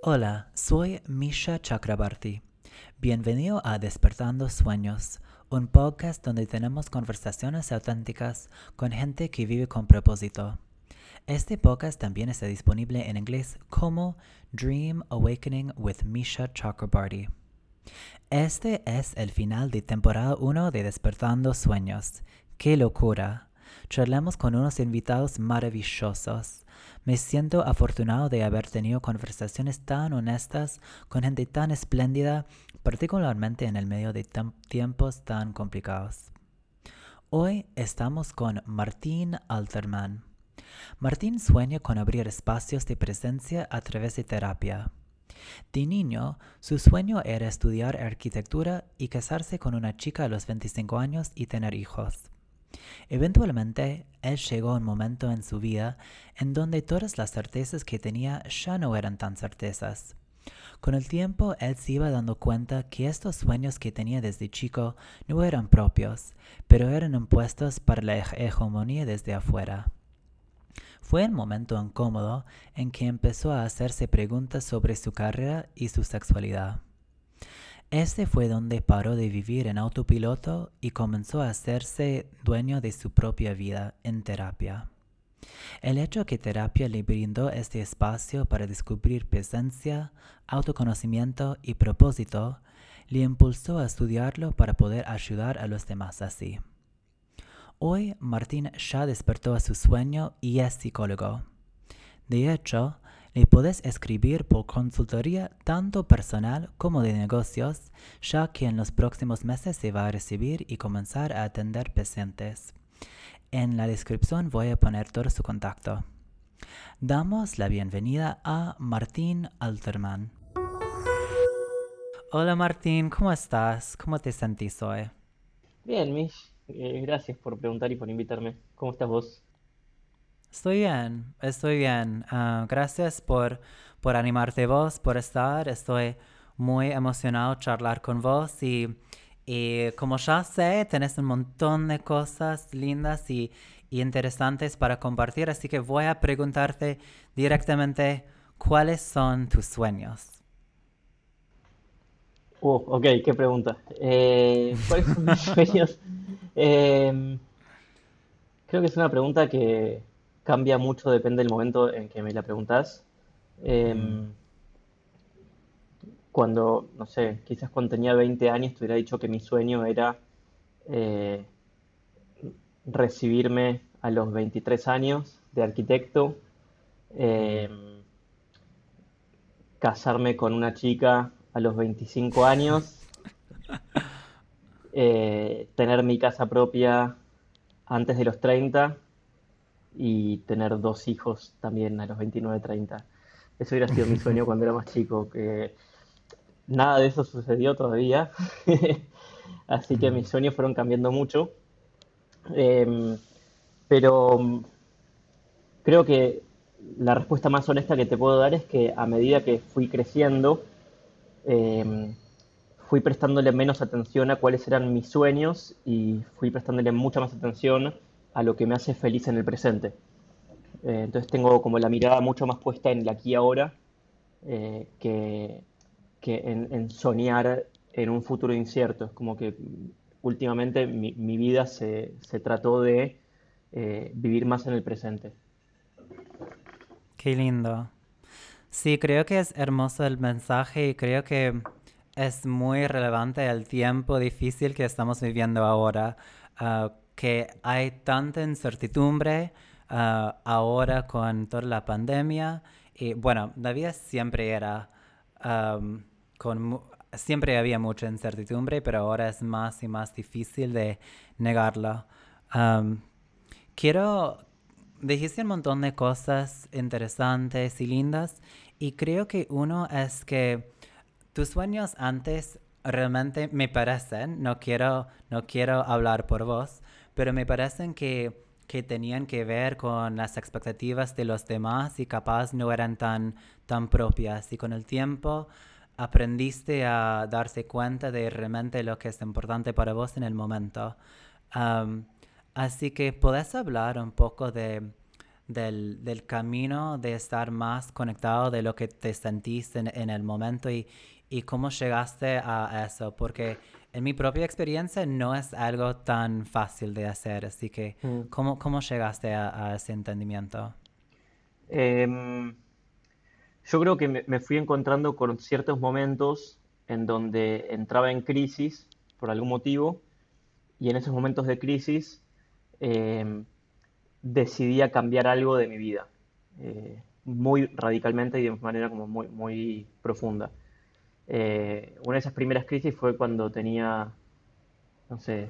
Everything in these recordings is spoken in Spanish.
Hola, soy Misha Chakrabarti. Bienvenido a Despertando Sueños, un podcast donde tenemos conversaciones auténticas con gente que vive con propósito. Este podcast también está disponible en inglés como Dream Awakening with Misha Chakrabarti. Este es el final de temporada 1 de Despertando Sueños. ¡Qué locura! Charlamos con unos invitados maravillosos. Me siento afortunado de haber tenido conversaciones tan honestas con gente tan espléndida, particularmente en el medio de tiempos tan complicados. Hoy estamos con Martín Alterman. Martín sueña con abrir espacios de presencia a través de terapia. De niño, su sueño era estudiar arquitectura y casarse con una chica a los 25 años y tener hijos. Eventualmente, él llegó a un momento en su vida en donde todas las certezas que tenía ya no eran tan certezas. Con el tiempo, él se iba dando cuenta que estos sueños que tenía desde chico no eran propios, pero eran impuestos para la hegemonía desde afuera. Fue un momento incómodo en que empezó a hacerse preguntas sobre su carrera y su sexualidad. Este fue donde paró de vivir en autopiloto y comenzó a hacerse dueño de su propia vida en terapia. El hecho que terapia le brindó este espacio para descubrir presencia, autoconocimiento y propósito le impulsó a estudiarlo para poder ayudar a los demás así. Hoy Martín ya despertó a su sueño y es psicólogo. De hecho, le puedes escribir por consultoría tanto personal como de negocios, ya que en los próximos meses se va a recibir y comenzar a atender pacientes. En la descripción voy a poner todo su contacto. Damos la bienvenida a Martín Alterman. Hola Martín, ¿cómo estás? ¿Cómo te sentís hoy? Bien, Mish, gracias por preguntar y por invitarme. ¿Cómo estás vos? Estoy bien. Gracias por animarte vos, por estar. Estoy muy emocionado de charlar con vos y como ya sé, tenés un montón de cosas lindas y interesantes para compartir, así que voy a preguntarte directamente cuáles son tus sueños. Ok, qué pregunta. ¿Cuáles son mis sueños? Em, Creo que es una pregunta que cambia mucho, depende del momento en que me la preguntás. Mm, Em, Cuando, no sé, quizás cuando tenía 20 años te hubiera dicho que mi sueño era eh, recibirme a los 23 años de arquitecto, mm. em, casarme con una chica a los 25 años, tener mi casa propia antes de los 30 y tener dos hijos también a los 29, 30. Eso hubiera sido mi sueño cuando era más chico, que nada de eso sucedió todavía, así que mis Mm. sueños fueron cambiando mucho. Em, pero creo que la respuesta más honesta que te puedo dar es que a medida que fui creciendo, em, fui prestándole menos atención a cuáles eran mis sueños y fui prestándole mucha más atención a lo que me hace feliz en el presente. Entonces tengo como la mirada mucho más puesta en el aquí y ahora que en soñar en un futuro incierto. Es como que últimamente mi vida se trató de vivir más en el presente. Qué lindo. Sí, creo que es hermoso el mensaje y creo que es muy relevante el tiempo difícil que estamos viviendo ahora, que hay tanta incertidumbre ahora con toda la pandemia. Y bueno, la vida siempre era, um, siempre había mucha incertidumbre, pero ahora es más y más difícil de negarla. Um, quiero, dijiste un montón de cosas interesantes y lindas y creo que uno es que tus sueños antes realmente me parecen, no quiero hablar por vos, pero me parecen que tenían que ver con las expectativas de los demás y capaz no eran tan propias. Y con el tiempo aprendiste a darse cuenta de realmente lo que es importante para vos en el momento. Um, Así que podés hablar un poco del camino de estar más conectado de lo que te sentiste en el momento y cómo llegaste a eso, porque en mi propia experiencia no es algo tan fácil de hacer, así que Mm. ¿cómo llegaste a ese entendimiento? Em, yo creo que me fui encontrando con ciertos momentos en donde entraba en crisis por algún motivo y en esos momentos de crisis em, decidí a cambiar algo de mi vida, muy radicalmente y de manera como muy, muy profunda. Una de esas primeras crisis fue cuando tenía, no sé,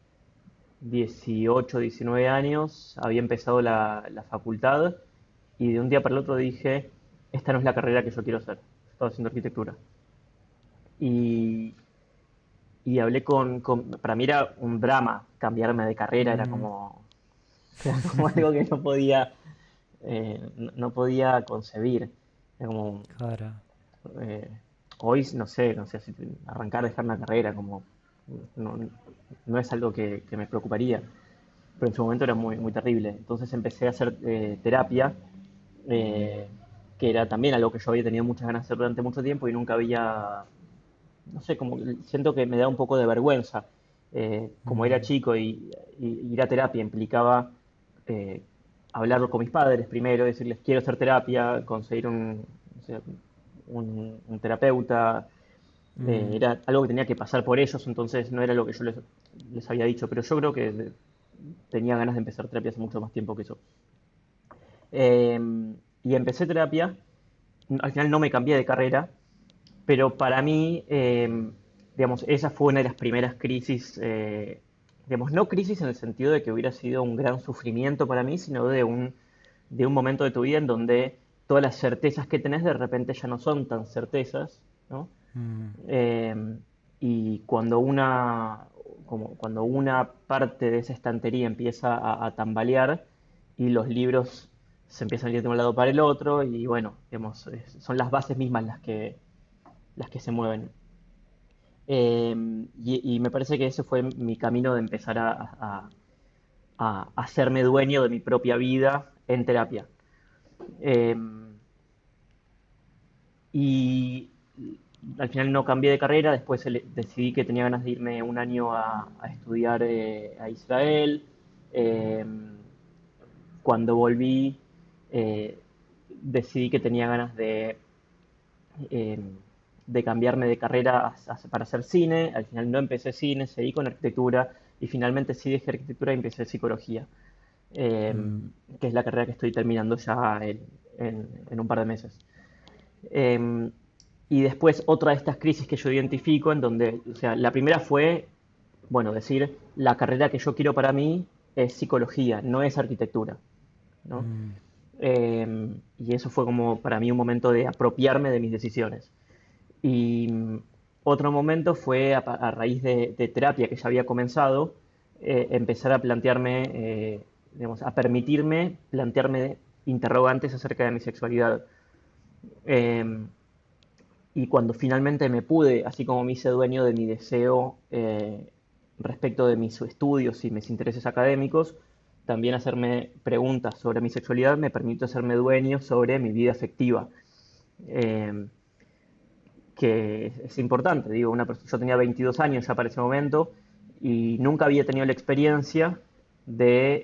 18, 19 años, había empezado la facultad y de un día para el otro dije, esta no es la carrera que yo quiero hacer. Estaba haciendo arquitectura. Y, y hablé para mí era un drama cambiarme de carrera, era Mm. como, era como algo que no podía, no podía concebir. Era como, Claro. eh, hoy no sé si arrancar, dejar una carrera, como, no, no es algo que me preocuparía, pero en su momento era muy, muy terrible. Entonces empecé a hacer terapia, eh, que era también algo que yo había tenido muchas ganas de hacer durante mucho tiempo y nunca había, no sé, como que siento que me da un poco de vergüenza. Como era Mm. chico y ir a terapia implicaba eh, hablarlo con mis padres primero, decirles quiero hacer terapia, conseguir no sé, un terapeuta. Mm. Era algo que tenía que pasar por ellos, entonces no era lo que yo les había dicho, pero yo creo que tenía ganas de empezar terapia hace mucho más tiempo que eso. Eh, y empecé terapia, al final no me cambié de carrera, pero para mí, digamos, esa fue una de las primeras crisis, digamos, no crisis en el sentido de que hubiera sido un gran sufrimiento para mí, sino de un momento de tu vida en donde todas las certezas que tenés de repente ya no son tan certezas, ¿no? Mm. Eh, y cuando una parte de esa estantería empieza a tambalear y los libros se empiezan a ir de un lado para el otro y bueno, digamos, son las bases mismas las que se mueven. Y me parece que ese fue mi camino de empezar a hacerme dueño de mi propia vida en terapia. Eh, y al final no cambié de carrera, después decidí que tenía ganas de irme un año a estudiar a Israel. Eh, Cuando volví, eh, decidí que tenía ganas eh, de cambiarme de carrera para hacer cine. Al final no empecé cine, seguí con arquitectura y finalmente sí dejé arquitectura y empecé psicología, eh, Mm. que es la carrera que estoy terminando ya en un par de meses. Eh, y después otra de estas crisis que yo identifico en donde, o sea, la primera fue, bueno, decir, la carrera que yo quiero para mí es psicología, no es arquitectura, ¿no? Mm. Y eso fue como para mí un momento de apropiarme de mis decisiones. Y otro momento fue a raíz de terapia que ya había comenzado, empezar a plantearme, digamos, a permitirme plantearme interrogantes acerca de mi sexualidad. Eh, y cuando finalmente me pude, así como me hice dueño de mi deseo respecto de mis estudios y mis intereses académicos, también hacerme preguntas sobre mi sexualidad me permitió hacerme dueño sobre mi vida afectiva. Eh, que es importante. Digo, yo tenía 22 años ya para ese momento y nunca había tenido la experiencia de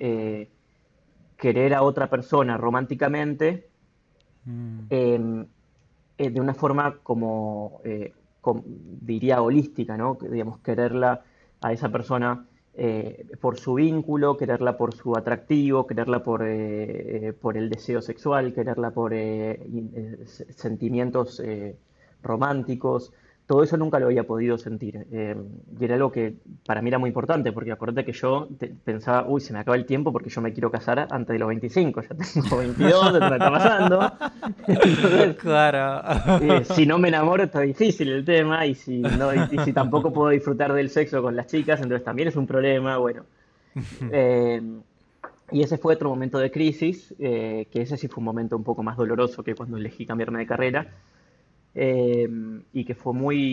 querer a otra persona románticamente Mm. eh, de una forma como, diría, holística, ¿no? Que, digamos, quererla a esa persona por su vínculo, quererla por su atractivo, quererla por el deseo sexual, quererla por sentimientos románticos. Todo eso nunca lo había podido sentir. Y era algo que para mí era muy importante, porque acuérdate que yo pensaba, uy, se me acaba el tiempo porque yo me quiero casar antes de los 25, ya tengo 22, esto me está pasando. Entonces, Claro. si no me enamoro está difícil el tema y si no y si tampoco puedo disfrutar del sexo con las chicas, entonces también es un problema. Bueno, eh, y ese fue otro momento de crisis, que ese sí fue un momento un poco más doloroso que cuando elegí cambiarme de carrera eh, y que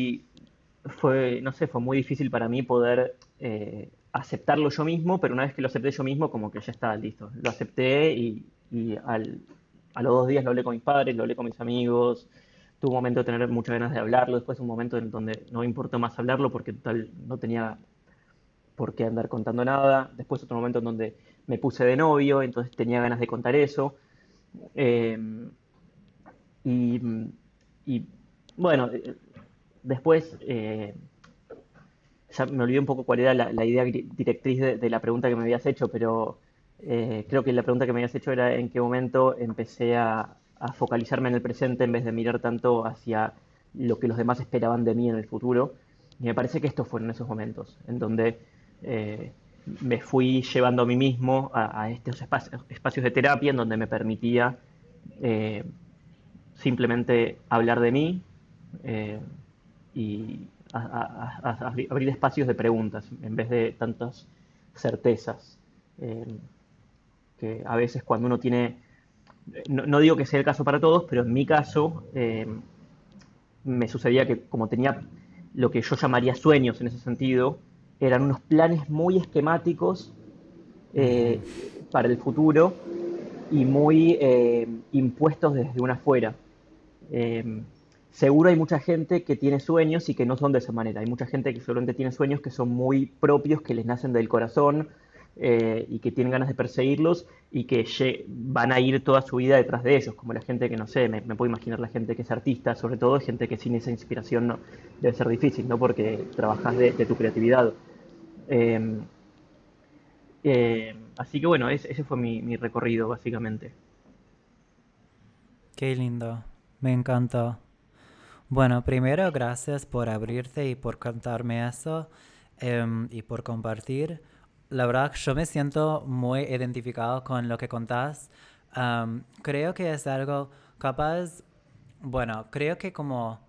no sé, fue muy difícil para mí poder aceptarlo yo mismo, pero una vez que lo acepté yo mismo, como que ya está listo. Lo acepté y a los 2 días lo hablé con mis padres, lo hablé con mis amigos. Tuve un momento de tener muchas ganas de hablarlo, después un momento en donde no me importó más hablarlo porque total no tenía por qué andar contando nada. Después otro momento en donde me puse de novio, entonces tenía ganas de contar eso. Eh, y, y, bueno, después ya me olvidé un poco cuál era la idea directriz de la pregunta que me habías hecho, pero creo que la pregunta que me habías hecho era en qué momento empecé a focalizarme en el presente en vez de mirar tanto hacia lo que los demás esperaban de mí en el futuro. Y me parece que estos fueron esos momentos en donde eh, me fui llevando a mí mismo a estos espacios de terapia en donde me permitía eh, simplemente hablar de mí eh, y abrir espacios de preguntas en vez de tantas certezas. Eh, que a veces cuando uno tiene, no digo que sea el caso para todos, pero en mi caso me sucedía que como tenía lo que yo llamaría sueños en ese sentido, eran unos planes muy esquemáticos Ujú. eh, para el futuro y muy impuestos desde una afuera. Eh, Seguro hay mucha gente que tiene sueños y que no son de esa manera. Hay mucha gente que seguramente tiene sueños que son muy propios, que les nacen del corazón y que tienen ganas de perseguirlos y que van a ir toda su vida detrás de ellos, como la gente que, no sé, me puedo imaginar la gente que es artista, sobre todo gente que sin esa inspiración no, debe ser difícil, ¿no? Porque trabajas de tu creatividad. Eh, Así que bueno, ese fue mi recorrido, básicamente. Qué lindo, me encantó. Bueno, primero gracias por abrirte y por contarme eso y por compartir. La verdad, yo me siento muy identificado con lo que contás. Creo que es algo capaz, bueno, creo que como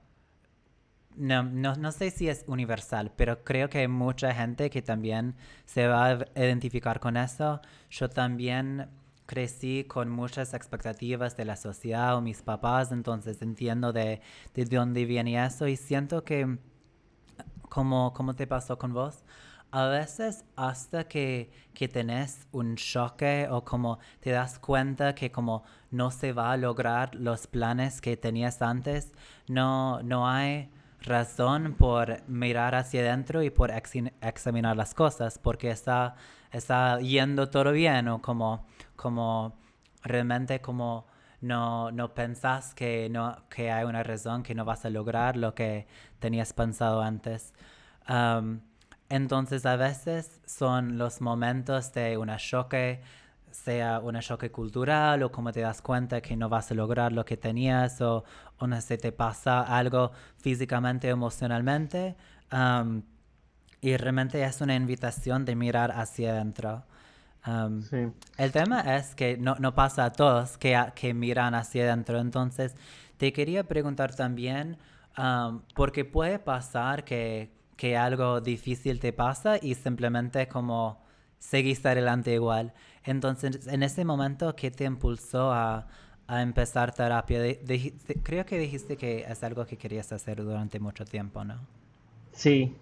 no sé si es universal, pero creo que hay mucha gente que también se va a identificar con eso. Yo también crecí con muchas expectativas de la sociedad o mis papás, entonces entiendo de dónde viene eso y siento que, como te pasó con vos, a veces hasta que tenés un choque o como te das cuenta que como no se va a lograr los planes que tenías antes, no hay razón por mirar hacia adentro y por examinar las cosas porque está yendo todo bien o como realmente como no pensás que hay una razón que no vas a lograr lo que tenías pensado antes. Um, entonces a veces son los momentos de un choque, sea un choque cultural o como te das cuenta que no vas a lograr lo que tenías o no sé, te pasa algo físicamente o emocionalmente. Um, y realmente es una invitación de mirar hacia adentro. Um, Sí. el tema es que no pasa a todos que miran hacia adentro. Entonces, te quería preguntar también, porque puede pasar que algo difícil te pasa y simplemente como seguiste adelante igual. Entonces, en ese momento, ¿qué te impulsó a empezar terapia? Creo que dijiste que es algo que querías hacer durante mucho tiempo, ¿no? Sí,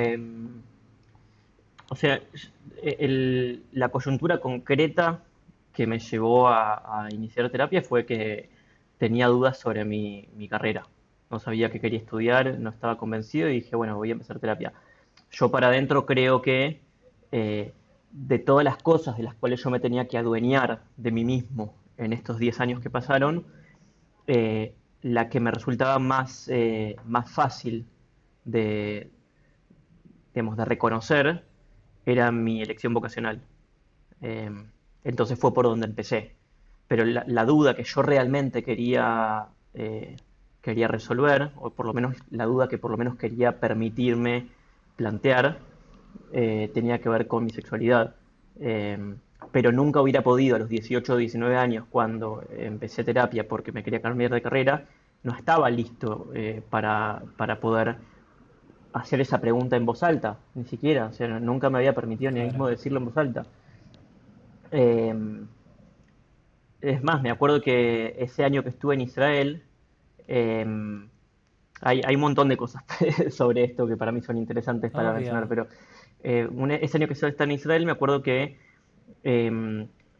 o sea, la coyuntura concreta que me llevó a iniciar terapia fue que tenía dudas sobre mi carrera. No sabía qué quería estudiar, no estaba convencido y dije, bueno, voy a empezar terapia. Yo para adentro creo que de todas las cosas de las cuales yo me tenía que adueñar de mí mismo en estos 10 años que pasaron, la que me resultaba más fácil de, digamos, de reconocer era mi elección vocacional. Eh, entonces fue por donde empecé. Pero la duda que yo realmente quería resolver, o por lo menos la duda que por lo menos quería permitirme plantear, tenía que ver con mi sexualidad. Pero nunca hubiera podido a los 18 o 19 años, cuando empecé terapia porque me quería cambiar de carrera, no estaba listo para poder hacer esa pregunta en voz alta, ni siquiera, o sea, nunca me había permitido ni mismo Claro. decirlo en voz alta. Eh, es más, me acuerdo que ese año que estuve en Israel, eh, hay un montón de cosas sobre esto que para mí son interesantes para mencionar, Obvio. pero ese año que yo estaba en Israel me acuerdo que eh,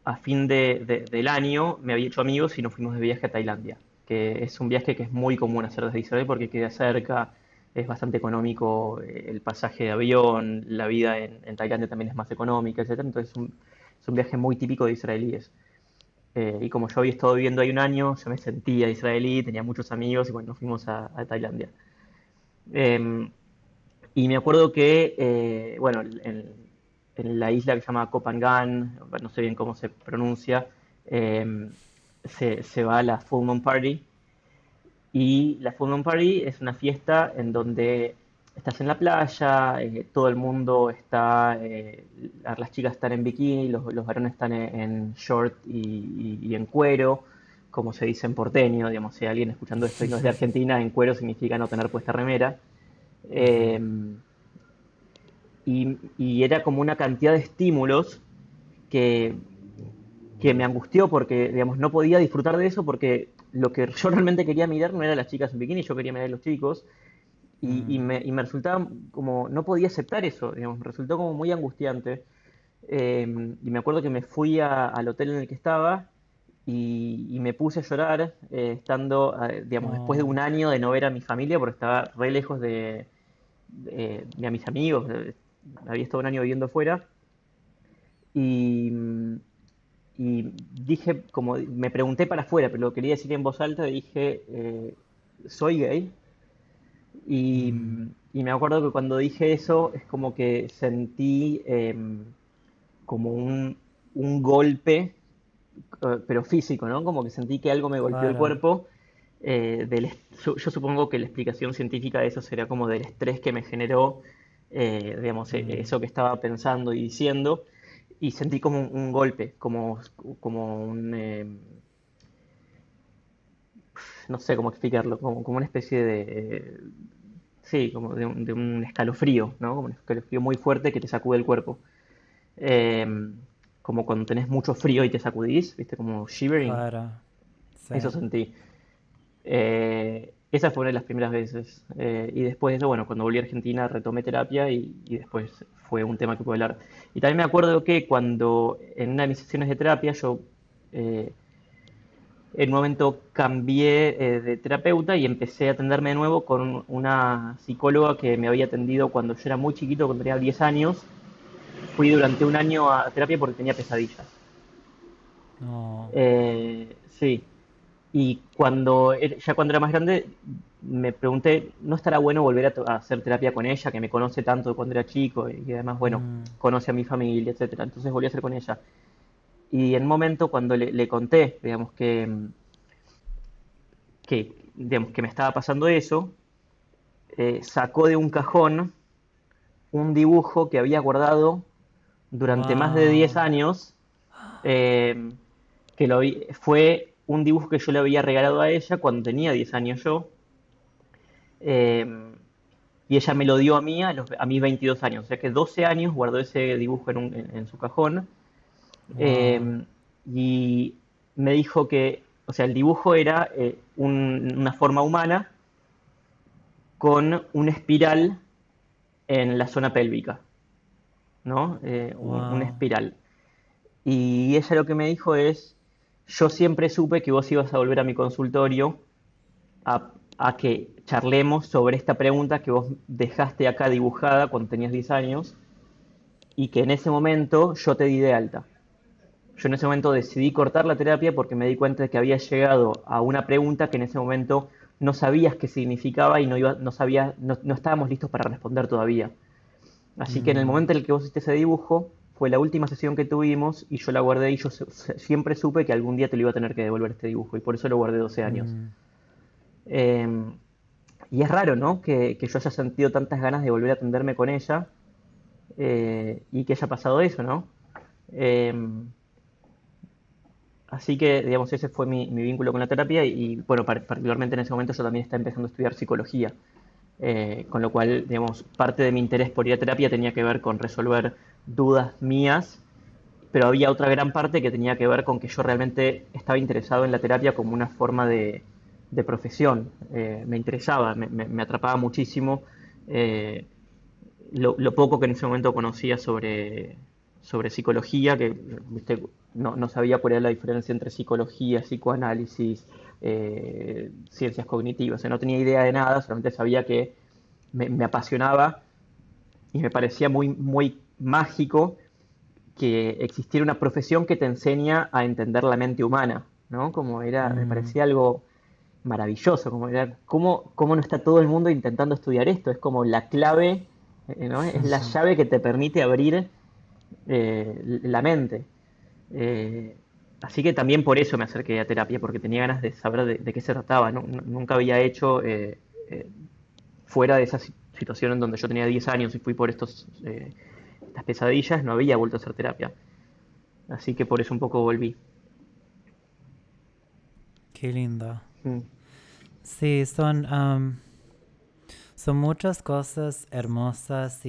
a fin del año me había hecho amigos y nos fuimos de viaje a Tailandia, que es un viaje que es muy común hacer desde Israel porque queda cerca, es bastante económico el pasaje de avión, la vida en Tailandia también es más económica, etcétera. Entonces es un viaje muy típico de israelíes. Y como yo había estado viviendo ahí un año, yo me sentía israelí, tenía muchos amigos y bueno, nos fuimos a Tailandia. Eh, y me acuerdo que, bueno, en la isla que se llama Koh Phangan, no sé bien cómo se pronuncia, eh, se va a la Full Moon Party. Y la Full Moon Party es una fiesta en donde estás en la playa, todo el mundo está, las chicas están en bikini, los varones están en short y en cuero, como se dice en porteño, digamos, si alguien escuchando esto y no es de Argentina, en cuero significa no tener puesta remera. Ujú. Eh, y era como una cantidad de estímulos que, que me angustió porque, digamos, no podía disfrutar de eso porque lo que yo realmente quería mirar no eran las chicas en bikini, yo quería mirar a los chicos Mm. y me resultaba como, no podía aceptar eso, digamos, me resultó como muy angustiante. Y me acuerdo que me fui al hotel en el que estaba y me puse a llorar estando, digamos, después de Oh. un año de no ver a mi familia porque estaba re lejos de a mis amigos, había estado un año viviendo fuera y, y dije, como me pregunté para afuera, pero lo quería decir en voz alta, dije, soy gay. Y, Mm. y me acuerdo que cuando dije eso es como que sentí como un golpe, pero físico, ¿no? Como que sentí que algo me golpeó el Claro. cuerpo. Yo supongo que la explicación científica de eso sería como del estrés que me generó, digamos, Mm. eso que estaba pensando y diciendo. Y sentí como un golpe, como no sé cómo explicarlo, como una especie de, sí, como de un escalofrío, ¿no? Como un escalofrío muy fuerte que te sacude el cuerpo. Eh, Como cuando tenés mucho frío y te sacudís, ¿viste? Como shivering. Claro. Eso Sí. sentí. Esa fue una de las primeras veces. Y después de eso, bueno, cuando volví a Argentina retomé terapia y después fue un tema que pude hablar. Y también me acuerdo que cuando en una de mis sesiones de terapia yo eh, en un momento cambié de terapeuta y empecé a atenderme de nuevo con una psicóloga que me había atendido cuando yo era muy chiquito, cuando tenía 10 años. Fui durante un año a terapia porque tenía pesadillas. No. Sí, y ya cuando era más grande me pregunté, ¿no estará bueno volver a hacer terapia con ella, que me conoce tanto de cuando era chico y además, bueno, Mm. conoce a mi familia, etcétera? Entonces volví a hacer con ella. Y en un momento cuando le conté, digamos, digamos, que me estaba pasando eso, sacó de un cajón un dibujo que había guardado durante más de 10 Wow. años, eh, fue un dibujo que yo le había regalado a ella cuando tenía 10 años yo, eh, y ella me lo dio a mí a mis 22 años, o sea que 12 años guardó ese dibujo en su cajón, Wow. eh, y me dijo que, o sea, el dibujo era una forma humana con una espiral en la zona pélvica, ¿no? Una Wow. espiral. Y ella lo que me dijo es, yo siempre supe que vos ibas a volver a mi consultorio a que charlemos sobre esta pregunta que vos dejaste acá dibujada cuando tenías 10 años y que en ese momento yo te di de alta. Yo en ese momento decidí cortar la terapia porque me di cuenta de que había llegado a una pregunta que en ese momento no sabías qué significaba y no estábamos listos para responder todavía. Así que en el Mm. momento en el que vos hiciste ese dibujo, fue la última sesión que tuvimos y yo la guardé y yo siempre supe que algún día te lo iba a tener que devolver este dibujo y por eso lo guardé 12 años. Mm. Eh, y es raro, ¿no? Que yo haya sentido tantas ganas de volver a atenderme con ella y que haya pasado eso, ¿no? Eh, Así que, digamos, ese fue mi vínculo con la terapia y, bueno, particularmente en ese momento yo también estaba empezando a estudiar psicología. Con lo cual, digamos, parte de mi interés por ir a terapia tenía que ver con resolver dudas mías, pero había otra gran parte que tenía que ver con que yo realmente estaba interesado en la terapia como una forma de profesión. Me interesaba, me atrapaba muchísimo eh, lo poco que en ese momento conocía sobre psicología, que viste, no sabía cuál era la diferencia entre psicología, psicoanálisis, ciencias cognitivas. O sea, no tenía idea de nada, solamente sabía que me apasionaba y me parecía muy mágico que existiera una profesión que te enseña a entender la mente humana, ¿no? Como era, me Mm, parecía algo maravilloso, como era, ¿cómo no está todo el mundo intentando estudiar esto? Es como la clave, ¿no? Es la llave que te permite abrir la mente. Eh, Así que también por eso me acerqué a terapia, porque tenía ganas de saber de qué se trataba. Nunca había hecho, fuera de esa situación en donde yo tenía 10 años y fui por estas pesadillas, no había vuelto a hacer terapia. Así que por eso un poco volví. qué lindo. Mm. Sí, son muchas cosas hermosas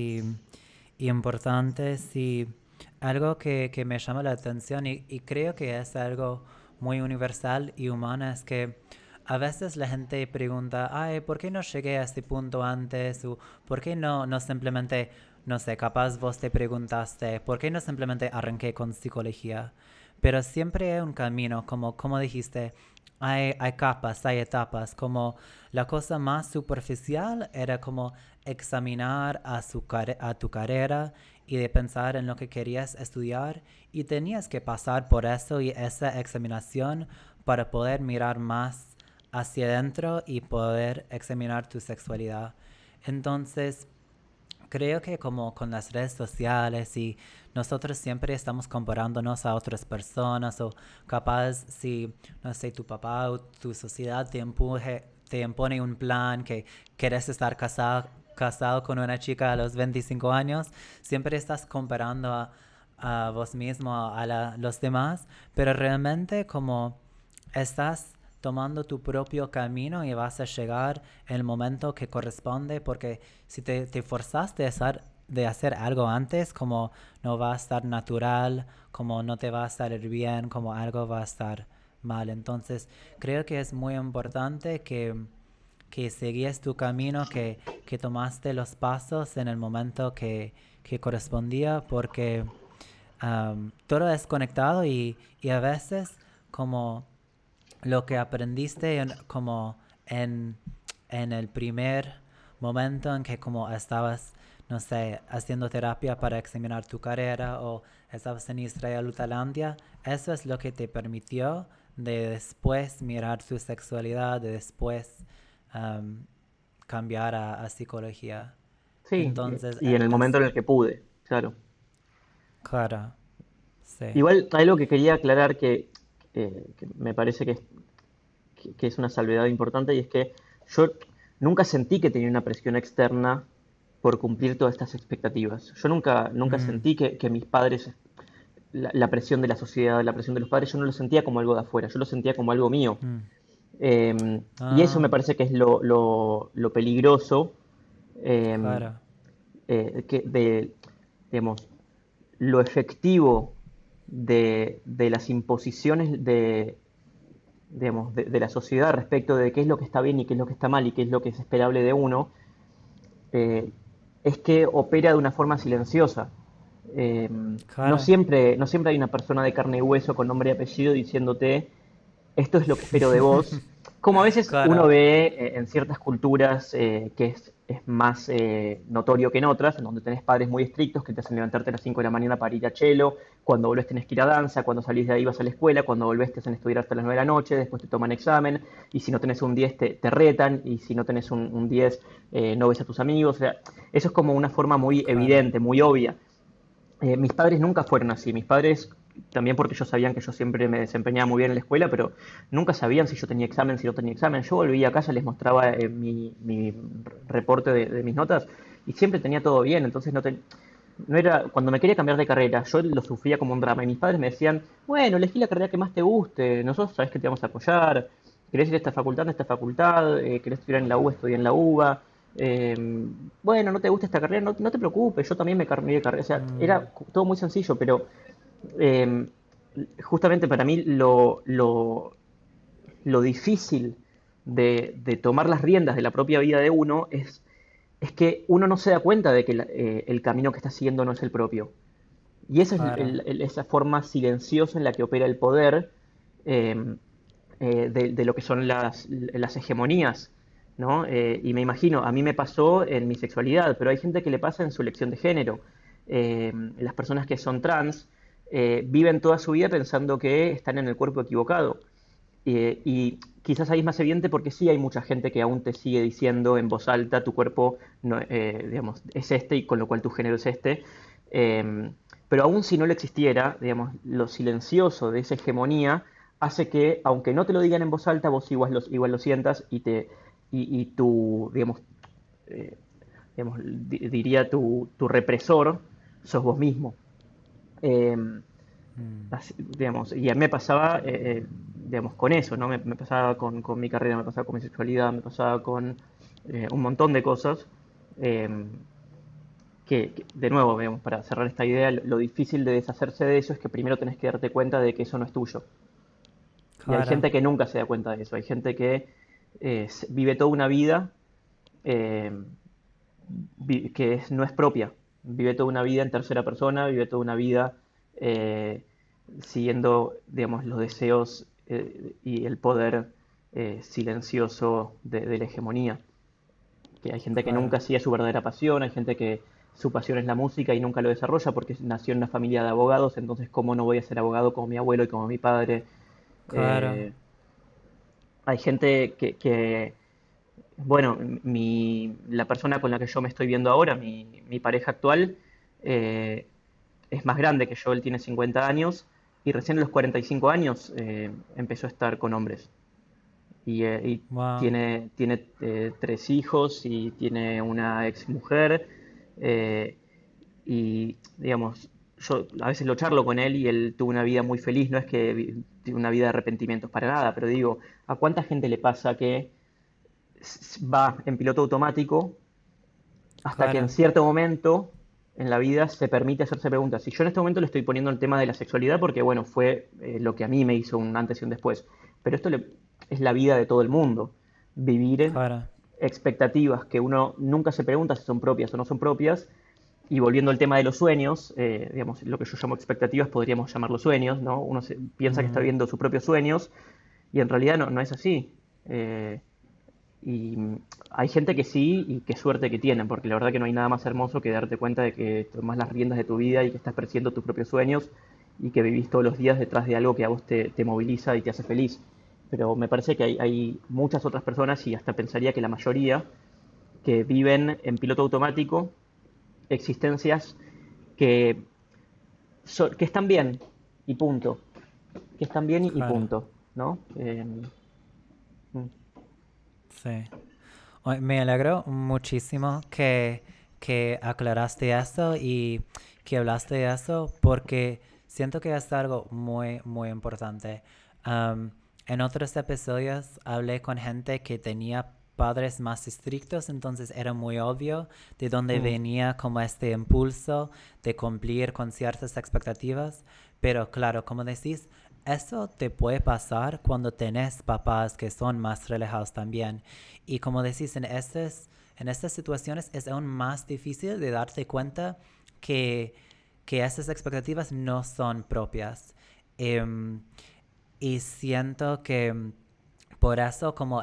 y importantes y algo que me llama la atención y creo que es algo muy universal y humano es que a veces la gente pregunta, ay, ¿por qué no llegué a este punto antes? O ¿por qué no simplemente, no sé, capaz vos te preguntaste, ¿por qué no simplemente arranqué con psicología? Pero siempre hay un camino, como dijiste, hay capas, hay etapas, como la cosa más superficial era como examinar a tu carrera y de pensar en lo que querías estudiar y tenías que pasar por eso y esa examinación para poder mirar más hacia adentro y poder examinar tu sexualidad. Entonces, creo que como con las redes sociales y nosotros siempre estamos comparándonos a otras personas o capaz si, no sé, tu papá o tu sociedad te impone un plan que quieres estar casado con una chica a los 25 años, siempre estás comparando a vos mismo, los demás, pero realmente como estás tomando tu propio camino y vas a llegar en el momento que corresponde porque si te forzaste de hacer algo antes, como no va a estar natural, como no te va a salir bien, como algo va a estar mal. Entonces, creo que es muy importante que seguías tu camino, que tomaste los pasos en el momento que correspondía, porque todo es conectado y a veces como lo que aprendiste como en, en el primer momento en que como estabas, no sé, haciendo terapia para examinar tu carrera o estabas en Israel o Tailandia, eso es lo que te permitió de después mirar tu sexualidad, de después um, cambiar a psicología. Sí, Entonces, y en el momento en el que pude, claro. claro, sí. Igual hay algo que quería aclarar que me parece que es una salvedad importante y es que yo nunca sentí que tenía una presión externa por cumplir todas estas expectativas. Yo nunca Mm, sentí que mis padres, la presión de la sociedad, la presión de los padres, yo no lo sentía como algo de afuera, yo lo sentía como algo mío. mm. Y eso me Ah, parece que es lo peligroso, eh, claro. digamos, lo efectivo de las imposiciones de la sociedad respecto de qué es lo que está bien y qué es lo que está mal y qué es lo que es esperable de uno, eh, es que opera de una forma silenciosa. Eh, Claro. no siempre hay una persona de carne y hueso con nombre y apellido diciéndote esto es lo que espero de vos. Como a veces uno Claro. ve en ciertas culturas que es más notorio que en otras, en donde tenés padres muy estrictos que te hacen levantarte a las 5 de la mañana para ir a chelo, cuando volvés tenés que ir a danza, cuando salís de ahí vas a la escuela, cuando volvés te hacen estudiar hasta las 9 de la noche, después te toman examen, y si no tenés un 10 te retan, y si no tenés un 10 no ves a tus amigos. O sea, eso es como una forma muy Claro. evidente, muy obvia. Mis padres nunca fueron así. Mis padres, también porque ellos sabían que yo siempre me desempeñaba muy bien en la escuela, pero nunca sabían si yo tenía examen, si no tenía examen. Yo volvía a casa, les mostraba mi reporte de mis notas y siempre tenía todo bien. Entonces no era, cuando me quería cambiar de carrera, yo lo sufría como un drama. Y mis padres me decían, bueno, elegí la carrera que más te guste, nosotros sabés que te vamos a apoyar, querés ir a esta facultad, en esta facultad, querés estudiar en la UBA, estudiar en la UBA. Eh, bueno, no te gusta esta carrera, no te preocupes, yo también me cambié de carrera. O sea, Mm, era todo muy sencillo, pero eh, justamente para mí lo difícil de tomar las riendas de la propia vida de uno es que uno no se da cuenta de que el camino que está siguiendo no es el propio. Y esa es Claro, esa forma silenciosa en la que opera el poder, eh, de lo que son las hegemonías, ¿no? Y me imagino, a mí me pasó en mi sexualidad, pero hay gente que le pasa en su elección de género. Las personas que son trans viven toda su vida pensando que están en el cuerpo equivocado. Y quizás ahí es más evidente porque sí hay mucha gente que aún te sigue diciendo en voz alta tu cuerpo no, digamos, es este y con lo cual tu género es este. Eh, pero aún si no lo existiera, digamos, lo silencioso de esa hegemonía hace que, aunque no te lo digan en voz alta, vos igual lo sientas y tu, eh, diría tu represor sos vos mismo. Eh, mm, digamos, y a mí me pasaba, digamos, con eso, ¿no? Me pasaba con mi carrera, me pasaba con mi sexualidad, me pasaba con un montón de cosas. eh, de nuevo, digamos, para cerrar esta idea, lo difícil de deshacerse de eso es que primero tenés que darte cuenta de que eso no es tuyo. Y hay claro, gente que nunca se da cuenta de eso. Hay gente que vive toda una vida eh, no es propia. Vive toda una vida en tercera persona, vive toda una vida eh, siguiendo, digamos, los deseos y el poder silencioso de la hegemonía. Que hay gente que claro, nunca sigue su verdadera pasión, hay gente que su pasión es la música y nunca lo desarrolla porque nació en una familia de abogados, entonces cómo no voy a ser abogado como mi abuelo y como mi padre. claro, Eh, Hay gente bueno, la persona con la que yo me estoy viendo ahora, mi pareja actual, eh, es más grande que yo, él tiene 50 años y recién a los 45 años empezó a estar con hombres. Y wow, tiene 3 hijos y tiene una ex mujer. Y digamos, yo a veces lo charlo con él y él tuvo una vida muy feliz, no es que tuvo una vida de arrepentimientos para nada, pero digo, ¿a cuánta gente le pasa que va en piloto automático hasta que en claro, cierto momento en la vida se permite hacerse preguntas? Y yo en este momento le estoy poniendo el tema de la sexualidad porque, bueno, fue lo que a mí me hizo un antes y un después. Pero es la vida de todo el mundo. Vivir claro, expectativas que uno nunca se pregunta si son propias o no son propias. Y volviendo al tema de los sueños, digamos, lo que yo llamo expectativas podríamos llamarlos sueños, ¿no? Uno piensa que está ujú, viendo sus propios sueños y en realidad no es así. Y hay gente que sí, y qué suerte que tienen, porque la verdad que no hay nada más hermoso que darte cuenta de que tomas las riendas de tu vida y que estás persiguiendo tus propios sueños y que vivís todos los días detrás de algo que a vos te moviliza y te hace feliz. Pero me parece que hay muchas otras personas, y hasta pensaría que la mayoría, que viven en piloto automático existencias que, que están bien y punto. Que están bien y claro, punto, ¿no? sí. Me alegro muchísimo que aclaraste eso y que hablaste de eso porque siento que es algo muy, muy importante. Am, en otros episodios hablé con gente que tenía padres más estrictos, entonces era muy obvio de dónde Mm, venía como este impulso de cumplir con ciertas expectativas. Pero claro, como decís, eso te puede pasar cuando tenés papás que son más relajados también. Y como decís, en estas situaciones es aún más difícil de darte cuenta que, que esas expectativas no son propias. Em, y siento que por eso como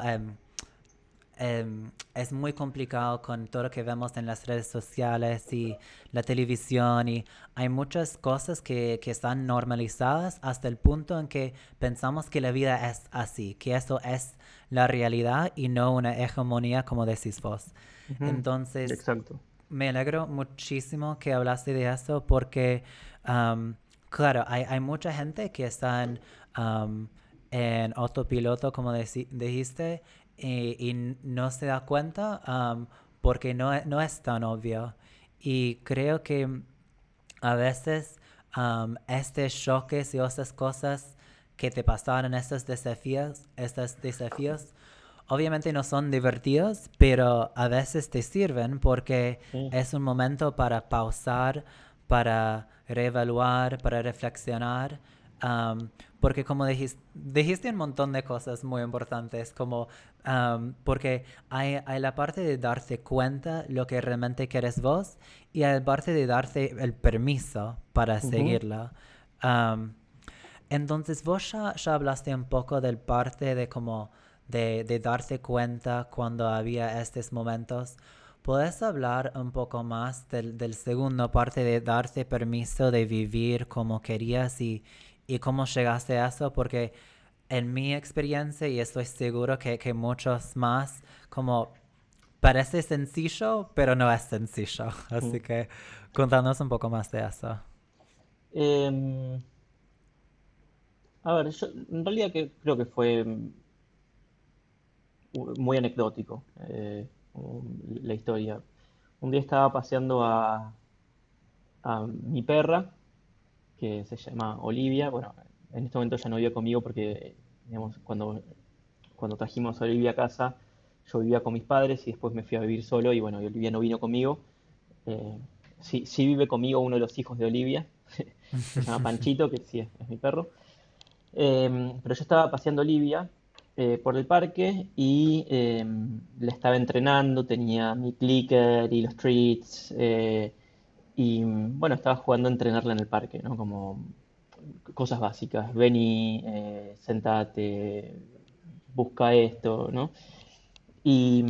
es muy complicado con todo lo que vemos en las redes sociales y la televisión y hay muchas cosas que están normalizadas hasta el punto en que pensamos que la vida es así, que eso es la realidad y no una hegemonía como decís vos. ujú, Entonces, exacto. me alegro muchísimo que hablaste de eso porque, um, claro, hay mucha gente que está um, en autopiloto, como dijiste, y no se da cuenta porque no es tan obvio. Y creo que a veces estos choques y esas cosas que te pasaron, estos desafíos, obviamente no son divertidos, pero a veces te sirven porque Sí. es un momento para pausar, para reevaluar, para reflexionar. Um, porque como dijiste un montón de cosas muy importantes, como Porque hay la parte de darte cuenta lo que realmente quieres vos y hay la parte de darte el permiso para Ujú. seguirla. Um, entonces vos ya hablaste un poco del parte de como de darte cuenta cuando había estos momentos. ¿Puedes hablar un poco más del segundo parte de darte permiso de vivir como querías y cómo llegaste a eso? Porque en mi experiencia, y estoy seguro que muchos más, como parece sencillo, pero no es sencillo. Así Mm. que contanos un poco más de eso. Em, a ver, yo en realidad creo que fue muy anecdótico la historia. Un día estaba paseando a mi perra, que se llama Olivia. Bueno, en este momento ya no vive conmigo porque, digamos, cuando trajimos a Olivia a casa, yo vivía con mis padres y después me fui a vivir solo y bueno, y Olivia no vino conmigo. Eh, sí, sí vive conmigo uno de los hijos de Olivia, que se llama Panchito, que sí es mi perro. Pero yo estaba paseando a Olivia por el parque y la estaba entrenando, tenía mi clicker y los treats. Y bueno, estaba jugando a entrenarla en el parque, ¿no? Como cosas básicas. Vení, sentate, busca esto, ¿no? Y,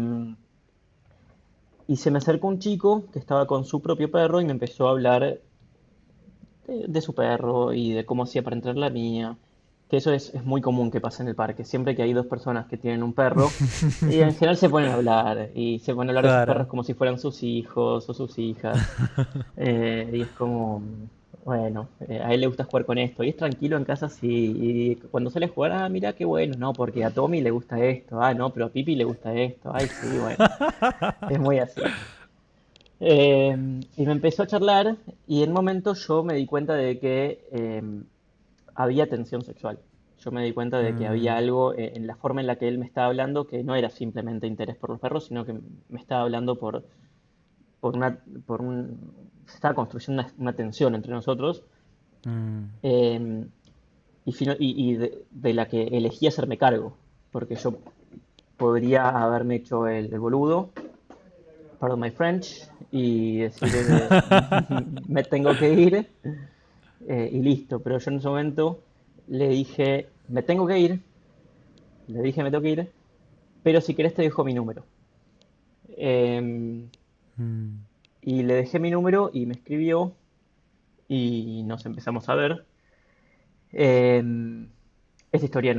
y se me acercó un chico que estaba con su propio perro y me empezó a hablar de su perro y de cómo hacía para entrar la mía. Que eso es muy común que pase en el parque. Siempre que hay dos personas que tienen un perro, y en general se ponen a hablar y se ponen a hablar de sus perros Claro. como si fueran sus hijos o sus hijas. Y es como, bueno, a él le gusta jugar con esto. Y es tranquilo en casa, sí. Y cuando sale a jugar, ah, mira qué bueno, no, porque a Tommy le gusta esto. Ah, no, pero a Pipi le gusta esto. Ay, sí, bueno. Es muy así. Y me empezó a charlar y en un momento yo me di cuenta de que había tensión sexual. Yo me di cuenta de que había Mm, algo en la forma en la que él me estaba hablando que no era simplemente interés por los perros, sino que me estaba hablando por una, por un, se estaba construyendo una tensión entre nosotros mm, eh, y de la que elegí hacerme cargo, porque yo podría haberme hecho el boludo, pardon my French, y decir me tengo que ir y listo, pero yo en ese momento le dije me tengo que ir, le dije me tengo que ir, pero si querés te dejo mi número. Eh, mm. y le dejé mi número y me escribió y nos empezamos a ver. Eh, Esta historia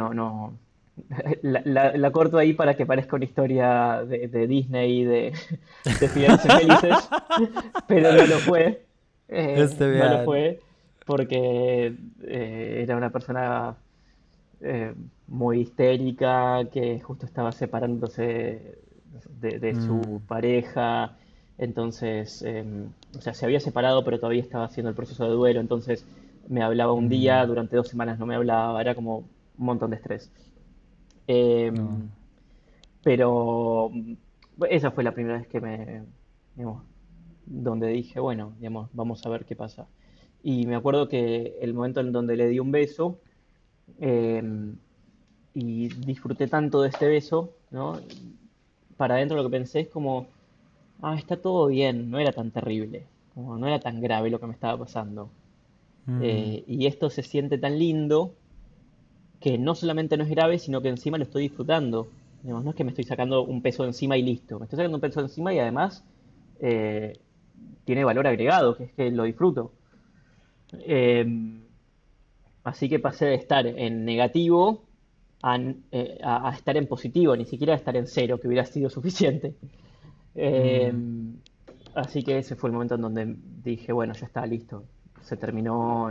la corto ahí para que parezca una historia de Disney, de finales felices, pero no lo fue. Está No lo bien. fue porque era una persona eh, muy histérica que justo estaba separándose de su Mm, pareja. Entonces, o sea, se había separado, pero todavía estaba haciendo el proceso de duelo. Entonces, me hablaba un día, mm, durante 2 semanas no me hablaba, era como un montón de estrés. Eh, no. pero esa fue la primera vez digamos, donde dije, bueno, digamos, vamos a ver qué pasa. Y me acuerdo que el momento en donde le di un beso, eh, y disfruté tanto de este beso, ¿no? Para adentro lo que pensé es como, ah, está todo bien, no era tan terrible, como no era tan grave lo que me estaba pasando. Mm, Y esto se siente tan lindo que no solamente no es grave, sino que encima lo estoy disfrutando. Digamos, no es que me estoy sacando un peso de encima y listo, me estoy sacando un peso de encima y además eh, tiene valor agregado, que es que lo disfruto. Eh, Así que pasé de estar en negativo a estar en positivo, ni siquiera a estar en cero, que hubiera sido suficiente. Eh, mm. Así que ese fue el momento en donde dije, bueno, ya está, listo. Se terminó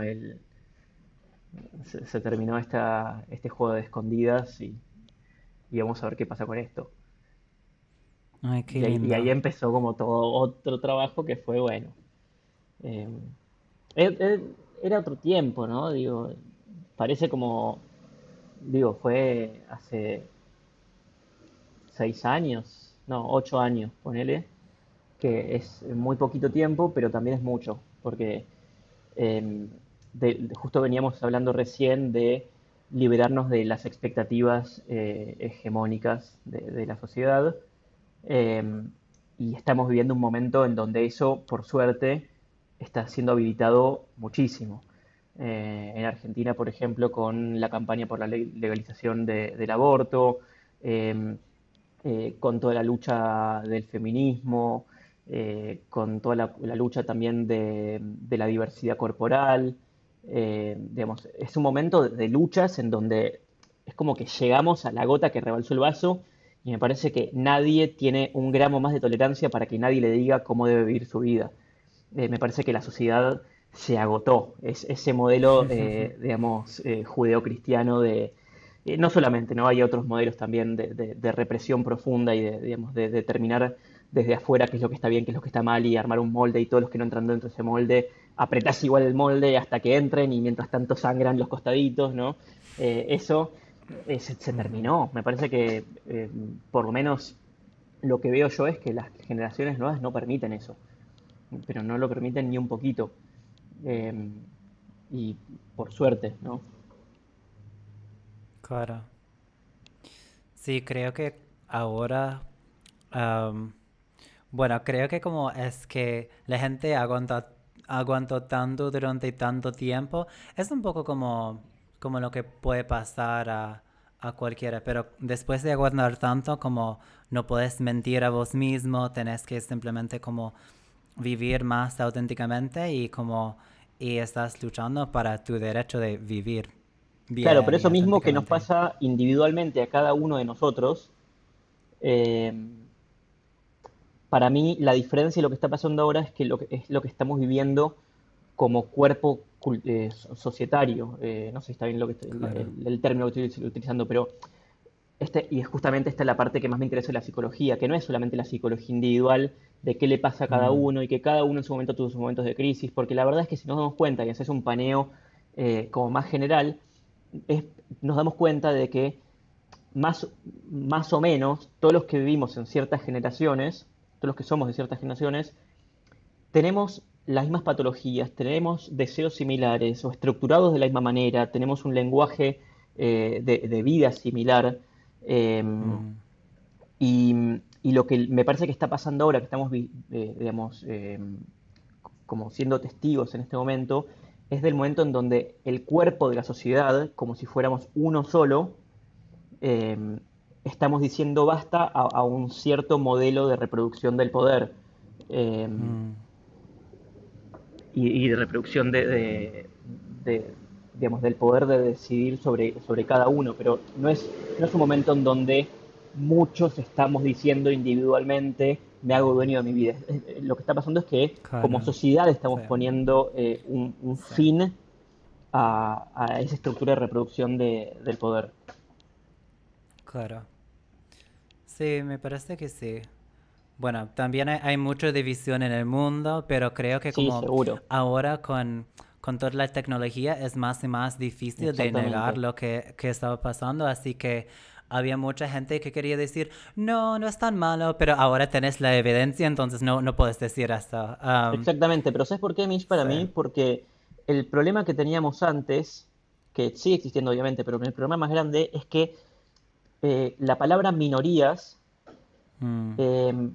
se terminó este juego de escondidas y vamos a ver qué pasa con esto. Ay, qué Y ahí lindo. empezó como todo otro trabajo que fue, bueno, eh, er- er- era otro tiempo, ¿no? Digo, parece como, digo, fue hace 6 años, no, 8 años, ponele, que es muy poquito tiempo, pero también es mucho, porque justo veníamos hablando recién de liberarnos de las expectativas hegemónicas de la sociedad. Eh, y estamos viviendo un momento en donde eso, por suerte, está siendo habilitado muchísimo. En Argentina, por ejemplo, con la campaña por la legalización del aborto, eh, con toda la lucha del feminismo, con toda la lucha también de la diversidad corporal. Digamos, es un momento de luchas en donde es como que llegamos a la gota que rebalsó el vaso y me parece que nadie tiene un gramo más de tolerancia para que nadie le diga cómo debe vivir su vida. Me parece que la sociedad se agotó. Es ese modelo, digamos, judeocristiano de, no solamente, ¿no? Hay otros modelos también de represión profunda y de, digamos, de determinar desde afuera qué es lo que está bien, qué es lo que está mal y armar un molde y todos los que no entran dentro de ese molde, apretás igual el molde hasta que entren y mientras tanto sangran los costaditos, ¿no? Eso se terminó. Me parece que por lo menos lo que veo yo es que las generaciones nuevas no permiten eso, pero no lo permiten ni un poquito. Eh, y por suerte, ¿no? Claro. Sí, creo que ahora, am, bueno, creo que como es que la gente aguantó tanto durante tanto tiempo, es un poco como lo que puede pasar a cualquiera, pero después de aguantar tanto, como no puedes mentir a vos mismo, tenés que simplemente como vivir más auténticamente y estás luchando para tu derecho de vivir Claro, pero bien y eso mismo que nos auténticamente. pasa individualmente a cada uno de nosotros, eh, para mí la diferencia de lo que está pasando ahora es que es lo que estamos viviendo como cuerpo societario. No sé si está bien Claro. el término que estoy utilizando, pero y es justamente esta la parte que más me interesa de la psicología, que no es solamente la psicología individual de qué le pasa a cada Mm, uno y que cada uno en su momento tuvo sus momentos de crisis, porque la verdad es que si nos damos cuenta y haces un paneo como más general, es- nos damos cuenta de que más, más o menos todos los que vivimos en ciertas generaciones, todos los que somos de ciertas generaciones, tenemos las mismas patologías, tenemos deseos similares o estructurados de la misma manera, tenemos un lenguaje de vida similar. eh, mm, y, y lo que me parece que está pasando ahora, que estamos, digamos, como siendo testigos en este momento, es del momento en donde el cuerpo de la sociedad, como si fuéramos uno solo, eh, estamos diciendo basta a un cierto modelo de reproducción del poder. Eh, mm. y de reproducción digamos, del poder de decidir sobre cada uno, pero no es un momento en donde muchos estamos diciendo individualmente me hago dueño de mi vida. Lo que está pasando es que como Claro. sociedad Sí, estamos poniendo un sí, fin a esa estructura de reproducción del poder. claro. Sí, me parece que sí. Bueno, también hay mucha división en el mundo, pero creo que Sí, como seguro, ahora con toda la tecnología es más y más difícil de negar exactamente. lo que estaba pasando, así que había mucha gente que quería decir, no, no es tan malo, pero ahora tenés la evidencia, entonces no puedes decir eso. Exactamente, pero ¿sabes por qué, Mish? Para Sí. mí, porque el problema que teníamos antes, que sigue existiendo obviamente, pero el problema más grande es que la palabra minorías Mm, eh,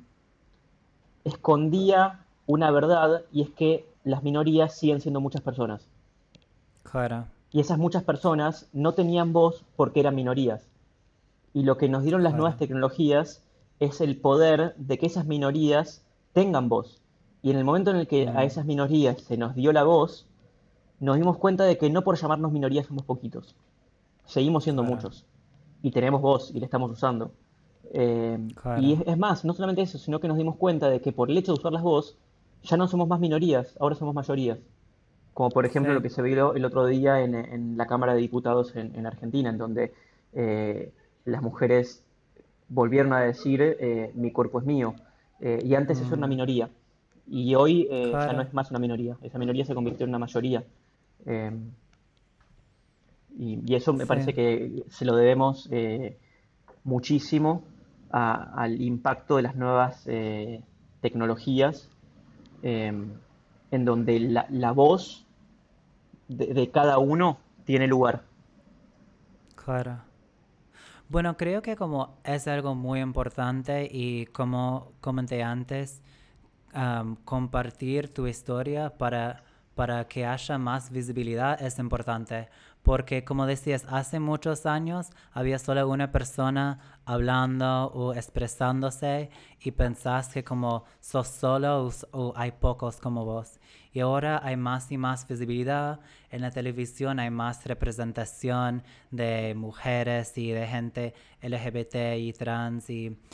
escondía una verdad y es que las minorías siguen siendo muchas personas. claro, Y esas muchas personas no tenían voz porque eran minorías. Y lo que nos dieron las nuevas claro, tecnologías es el poder de que esas minorías tengan voz. Y en el momento en el que a mm, esas minorías se nos dio la voz, nos dimos cuenta de que no por llamarnos minorías somos poquitos. Seguimos siendo claro, muchos. Y tenemos voz y la estamos usando. Y claro. es más, no solamente eso, sino que nos dimos cuenta de que por el hecho de usar las voz, ya no somos más minorías, ahora somos mayorías. Como por ejemplo lo Sí, que se vio el otro día en la Cámara de Diputados en Argentina, en donde las mujeres volvieron a decir mi cuerpo es mío. Y antes eso era una mm, minoría. Y hoy ya no claro, es más una minoría. Esa minoría se convirtió en una mayoría. Eh, y eso me sí, parece que se lo debemos muchísimo al impacto de las nuevas tecnologías, eh, en donde la voz de cada uno tiene lugar. Claro. Bueno, creo que como es algo muy importante y como comenté antes, compartir tu historia para que haya más visibilidad es importante. Porque como decías, hace muchos años había solo una persona hablando o expresándose y pensás que como sos solo o hay pocos como vos. Y ahora hay más y más visibilidad. En la televisión hay más representación de mujeres y de gente LGBT y trans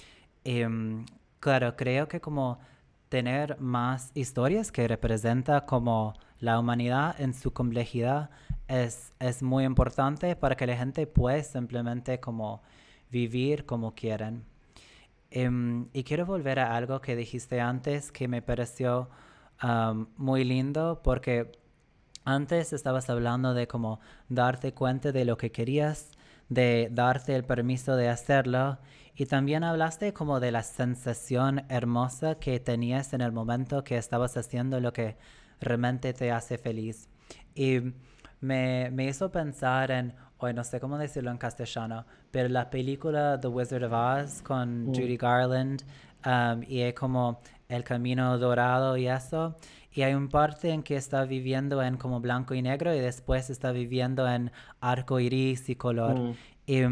y claro, creo que como tener más historias que representa como la humanidad en su complejidad es muy importante para que la gente pueda simplemente como vivir como quieren. Y quiero volver a algo que dijiste antes que me pareció muy lindo porque antes estabas hablando de cómo darte cuenta de lo que querías, de darte el permiso de hacerlo y también hablaste como de la sensación hermosa que tenías en el momento que estabas haciendo lo que realmente te hace feliz. Y me hizo pensar en, hoy no sé cómo decirlo en castellano, pero la película The Wizard of Oz con Mm, Judy Garland y es como el camino dorado y eso. Y hay un parte en que está viviendo en como blanco y negro y después está viviendo en arco iris y color. mm,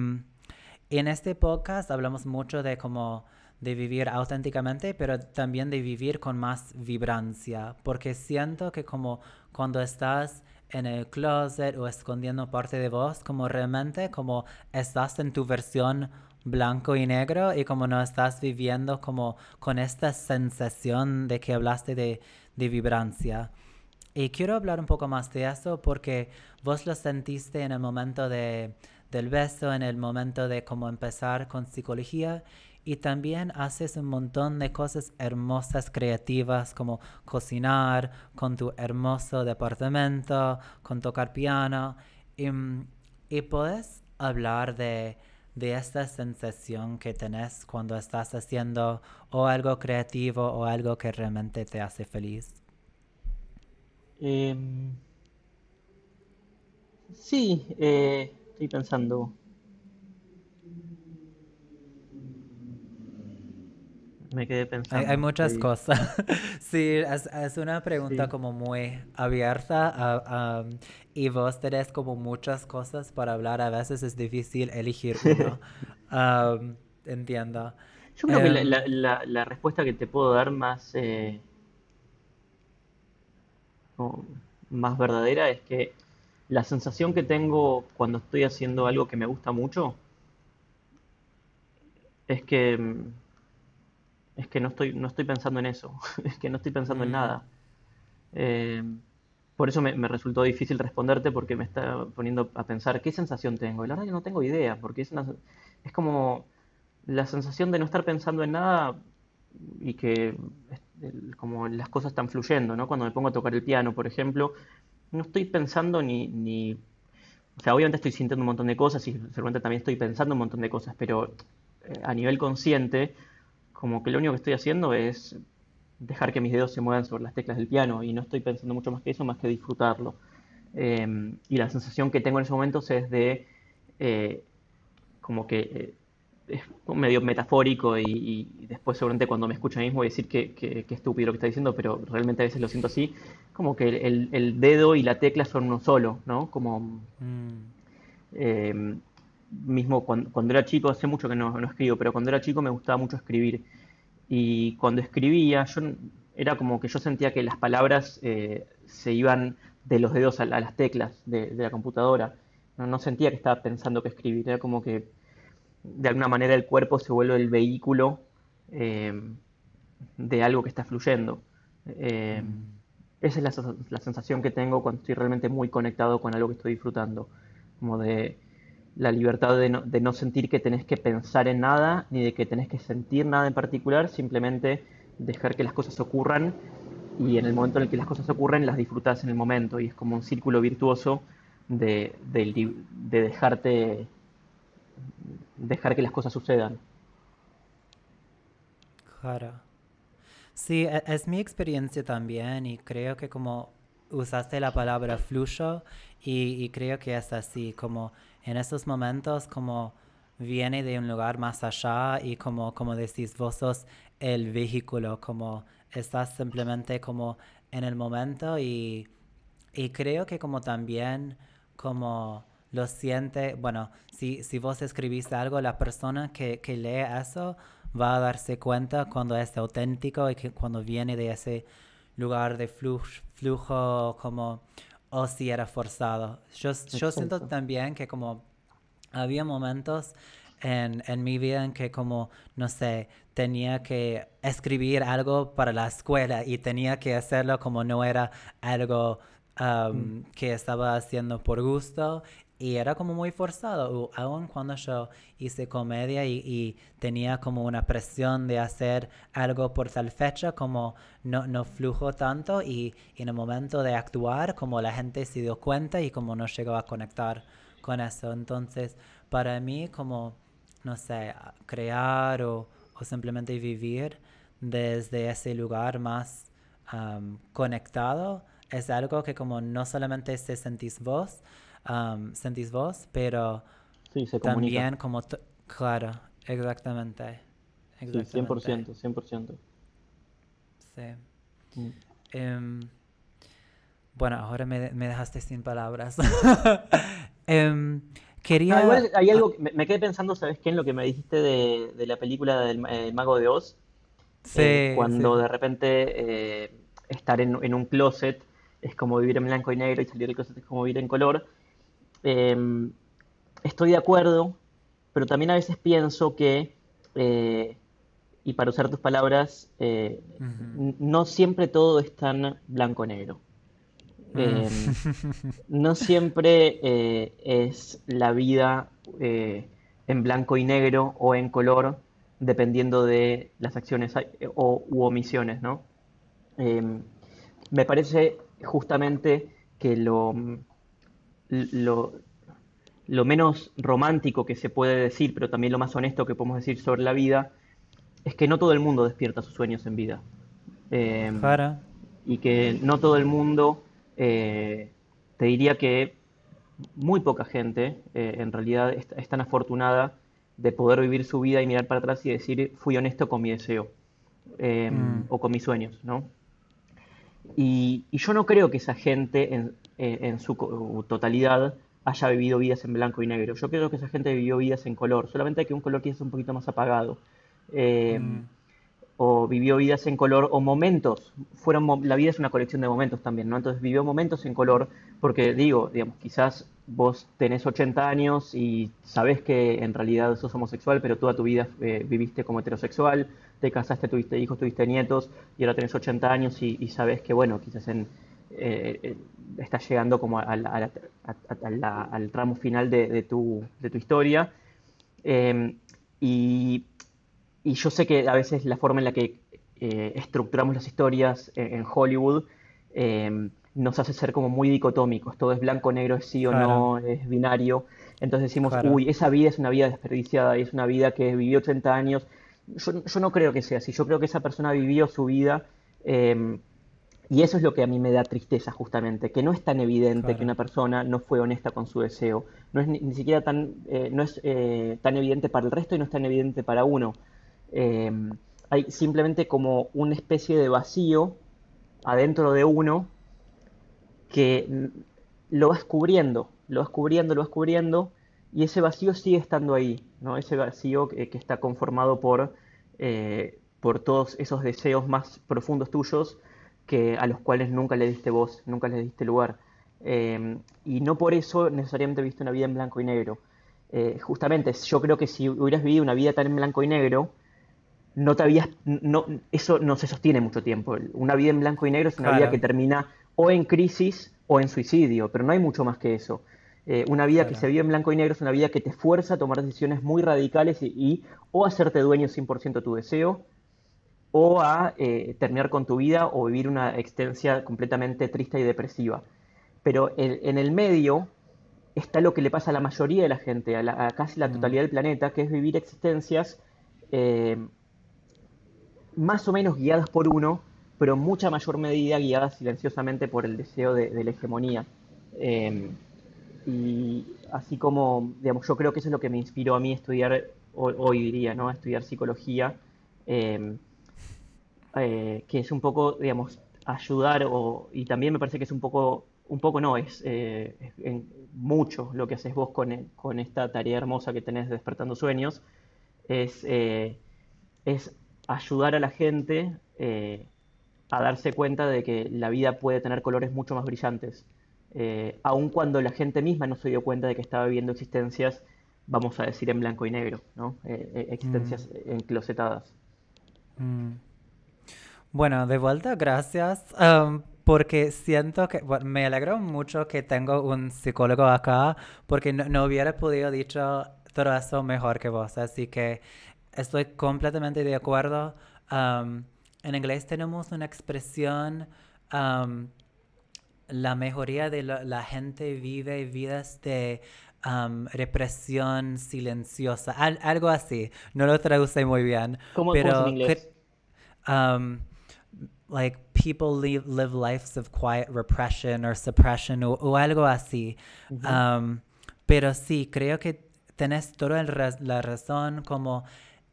Y en este podcast hablamos mucho de como de vivir auténticamente, pero también de vivir con más vibrancia, porque siento que como cuando estás en el closet o escondiendo parte de vos, como realmente como estás en tu versión blanco y negro y como no estás viviendo como con esta sensación de que hablaste de vibrancia. Y quiero hablar un poco más de eso porque vos lo sentiste en el momento del beso, en el momento de cómo empezar con psicología y también haces un montón de cosas hermosas, creativas, como cocinar con tu hermoso departamento, con tocar piano. Y puedes hablar de esta sensación que tenés cuando estás haciendo o algo creativo o algo que realmente te hace feliz. em, sí, estoy pensando, me quedé Hay pensando. muchas cosas. Sí, es una pregunta Sí. como muy abierta y vos tenés como muchas cosas para hablar. A veces es difícil elegir uno. Am, entiendo. Yo creo que Em, la respuesta que te puedo dar más, como más verdadera es que la sensación que tengo cuando estoy haciendo algo que me gusta mucho es que, es que no estoy pensando en eso, es que no estoy pensando en mm, nada. Eh, por eso me resultó difícil responderte porque me está poniendo a pensar qué sensación tengo. Y la verdad que no tengo idea, porque es como la sensación de no estar pensando en nada y que como las cosas están fluyendo, ¿no? Cuando me pongo a tocar el piano, por ejemplo, no estoy pensando o sea, obviamente estoy sintiendo un montón de cosas y seguramente también estoy pensando un montón de cosas, pero a nivel consciente, como que lo único que estoy haciendo es dejar que mis dedos se muevan sobre las teclas del piano y no estoy pensando mucho más que eso, más que disfrutarlo. Y la sensación que tengo en esos momentos es de eh, como que es medio metafórico y después seguramente cuando me escucho a mí mismo voy a decir que estúpido lo que está diciendo, pero realmente a veces lo siento así, como que el dedo y la tecla son uno solo, ¿no? Como mm, eh, mismo cuando era chico, hace mucho que no escribo, pero cuando era chico me gustaba mucho escribir. Y cuando escribía, era como que yo sentía que las palabras se iban de los dedos a las teclas de la computadora. No sentía que estaba pensando que escribir, era como que de alguna manera el cuerpo se vuelve el vehículo eh, de algo que está fluyendo. Eh, mm. esa es la sensación que tengo cuando estoy realmente muy conectado con algo que estoy disfrutando, como de la libertad de no sentir que tenés que pensar en nada, ni de que tenés que sentir nada en particular, simplemente dejar que las cosas ocurran y en el momento en el que las cosas ocurren las disfrutas en el momento y es como un círculo virtuoso de dejar que las cosas sucedan. Claro. Sí, es mi experiencia también y creo que como usaste la palabra fluyo y creo que es así, como en esos momentos como viene de un lugar más allá y como decís, vos sos el vehículo, como estás simplemente como en el momento y creo que como también como lo siente, bueno, si vos escribís algo, la persona que lee eso va a darse cuenta cuando es auténtico y que cuando viene de ese lugar de flujo como o si era forzado. Yo siento Exacto. también que como había momentos en mi vida en que como, no sé, tenía que escribir algo para la escuela y tenía que hacerlo como no era algo Mm. que estaba haciendo por gusto y era como muy forzado, aun cuando yo hice comedia y tenía como una presión de hacer algo por tal fecha, como no flujo tanto y en el momento de actuar, como la gente se dio cuenta y como no llegó a conectar con eso. Entonces, para mí, como, no sé, crear o simplemente vivir desde ese lugar más conectado es algo que como no solamente se sentís vos, pero Sí, se comunica. también como, claro, exactamente, Sí, cien por exactamente, ciento 100%. sí. Mm. Um, bueno, ahora me dejaste sin palabras. um, No, quería... igual hay algo, me quedé pensando, ¿sabes qué? En lo que me dijiste de la película del Mago de Oz, sí, cuando sí. de repente estar en un closet es como vivir en blanco y negro y salir del closet es como vivir en color. Eh, Estoy de acuerdo, pero también a veces pienso que, eh, y para usar tus palabras, Ujú. no siempre todo es tan blanco-negro. Mm. No siempre es la vida en blanco y negro o en color, dependiendo de las acciones u omisiones, ¿no? Eh, Me parece justamente que lo, lo menos romántico que se puede decir, pero también lo más honesto que podemos decir sobre la vida, es que no todo el mundo despierta sus sueños en vida. Eh, Claro, y que no todo el mundo, te diría que muy poca gente en realidad es tan afortunada de poder vivir su vida y mirar para atrás y decir, fui honesto con mi deseo mm, o con mis sueños, ¿no? Y yo no creo que esa gente en su totalidad haya vivido vidas en blanco y negro. Yo creo que esa gente vivió vidas en color, solamente que un color quizás un poquito más apagado. Eh, mm, o vivió vidas en color o momentos. La vida es una colección de momentos también, ¿no? Entonces vivió momentos en color, porque digo, digamos, quizás vos tenés 80 años y sabés que en realidad sos homosexual, pero toda tu vida viviste como heterosexual, te casaste, tuviste hijos, tuviste nietos y ahora tenés 80 años y sabés que, bueno, quizás estás llegando como al tramo final de tu historia. Eh, y y yo sé que a veces la forma en la que estructuramos las historias en Hollywood nos hace ser como muy dicotómicos. Todo es blanco, negro, es sí o claro, no, es binario. Entonces decimos, claro, uy, esa vida es una vida desperdiciada y es una vida que vivió 80 años. Yo no creo que sea así. Yo creo que esa persona vivió su vida eh, y eso es lo que a mí me da tristeza justamente, que no es tan evidente que claro, una persona no fue honesta con su deseo. No es ni siquiera no es tan evidente para el resto y no es tan evidente para uno. Eh, Hay simplemente como una especie de vacío adentro de uno que lo vas cubriendo, lo vas cubriendo, lo vas cubriendo, y ese vacío sigue estando ahí, ¿no? Ese vacío que está conformado por todos esos deseos más profundos tuyos a los cuales nunca le diste voz, nunca les diste lugar. Y no por eso necesariamente viste una vida en blanco y negro. Justamente, yo creo que si hubieras vivido una vida tan en blanco y negro, no te habías, no, eso no se sostiene mucho tiempo. Una vida en blanco y negro es una vida que claro, termina o en crisis o en suicidio, pero no hay mucho más que eso. Una vida que se claro, vive en blanco y negro es una vida que te fuerza a tomar decisiones muy radicales y o hacerte dueño 100% de tu deseo o a terminar con tu vida o vivir una existencia completamente triste y depresiva. Pero en el medio está lo que le pasa a la mayoría de la gente, a casi la mm, totalidad del planeta, que es vivir existencias eh, más o menos guiadas por uno, pero en mucha mayor medida guiada silenciosamente por el deseo de la hegemonía. Eh, y así como, digamos, yo creo que eso es lo que me inspiró a mí a estudiar, hoy diría, ¿no? A estudiar psicología, eh, que es un poco, digamos, ayudar, y también me parece que es un poco no, es mucho lo que haces vos con esta tarea hermosa que tenés de Despertando Sueños, es, eh, es ayudar a la gente a darse cuenta de que la vida puede tener colores mucho más brillantes, aun cuando la gente misma no se dio cuenta de que estaba viviendo existencias, vamos a decir, en blanco y negro, ¿no? Mm, Existencias enclosetadas. mm. Bueno, de vuelta, gracias, porque siento que, bueno, me alegro mucho que tengo un psicólogo acá, porque no hubiera podido dicho todo eso mejor que vos, así que estoy completamente de acuerdo. Um, en inglés tenemos una expresión, um, la mayoría de la gente vive vidas de represión silenciosa, algo así, no lo traduce muy bien, Cómo es en pero inglés? um, like people live lives of quiet repression or suppression o algo así. Ujú. Um, pero sí, creo que tenés toda la razón como...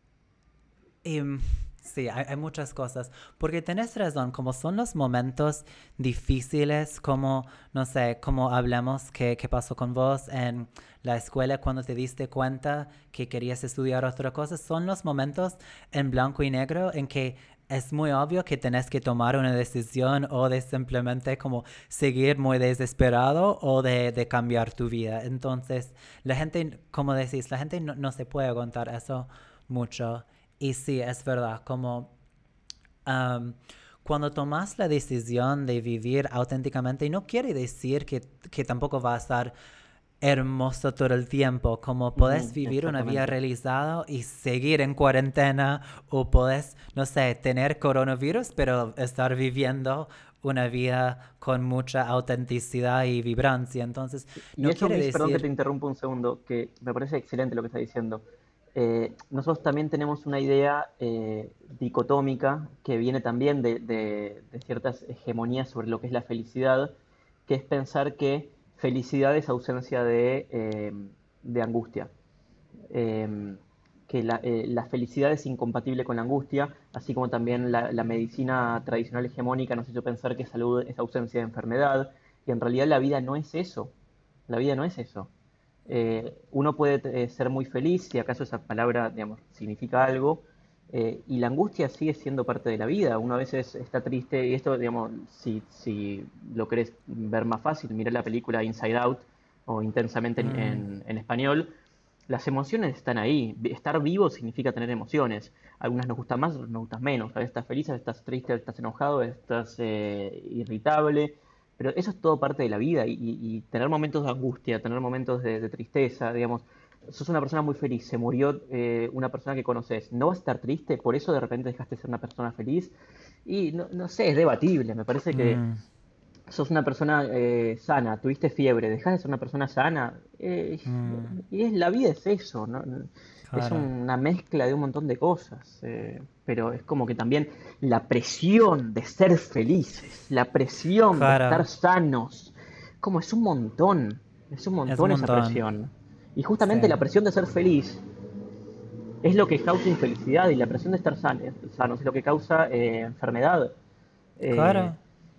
Um, sí, hay muchas cosas. Porque tenés razón, como son los momentos difíciles, como, no sé, como hablamos que pasó con vos en la escuela cuando te diste cuenta que querías estudiar otra cosa, son los momentos en blanco y negro en que es muy obvio que tenés que tomar una decisión o de simplemente como seguir muy desesperado o de cambiar tu vida. Entonces, la gente, como decís, la gente no se puede contar eso mucho. Y sí, es verdad, como um, cuando tomas la decisión de vivir auténticamente, no quiere decir que tampoco va a estar hermoso todo el tiempo, como Ujú, puedes vivir una vida exactamente. realizada y seguir en cuarentena o puedes, no sé, tener coronavirus, pero estar viviendo una vida con mucha autenticidad y vibrancia. Entonces, Y no eso, quiere Mish, perdón que te decir... interrumpa un segundo, que me parece excelente lo que está diciendo. Nosotros también tenemos una idea dicotómica que viene también de ciertas hegemonías sobre lo que es la felicidad, que es pensar que felicidad es ausencia de angustia. eh, que la felicidad es incompatible con la angustia, así como también la medicina tradicional hegemónica nos hizo pensar que salud es ausencia de enfermedad, y en realidad la vida no es eso. La vida no es eso. Uno puede ser muy feliz, si acaso esa palabra, digamos, significa algo, y la angustia sigue siendo parte de la vida. Uno a veces está triste, y esto, digamos, si lo querés ver más fácil, mirá la película Inside Out, o Intensamente Mm, en español. Las emociones están ahí. Estar vivo significa tener emociones. Algunas nos gustan más, otras nos gustan menos. A veces estás feliz, a veces estás triste, a veces estás enojado, a veces estás irritable. Pero eso es todo parte de la vida. Y tener momentos de angustia, tener momentos de tristeza, digamos. Sos una persona muy feliz, se murió una persona que conoces. ¿No vas a estar triste? ¿Por eso de repente dejaste de ser una persona feliz? Y no sé, es debatible. Me parece que mm, sos una persona sana, tuviste fiebre, dejás de ser una persona sana. mm, Y la vida es eso, ¿no? Es claro, una mezcla de un montón de cosas. Pero es como que también la presión de ser felices, la presión de estar claro. sanos, como es un Es un montón esa montón. presión. Y Sí, justamente la presión de ser feliz es lo que causa infelicidad, y la presión de estar sanos es lo que causa enfermedad. Eh, claro.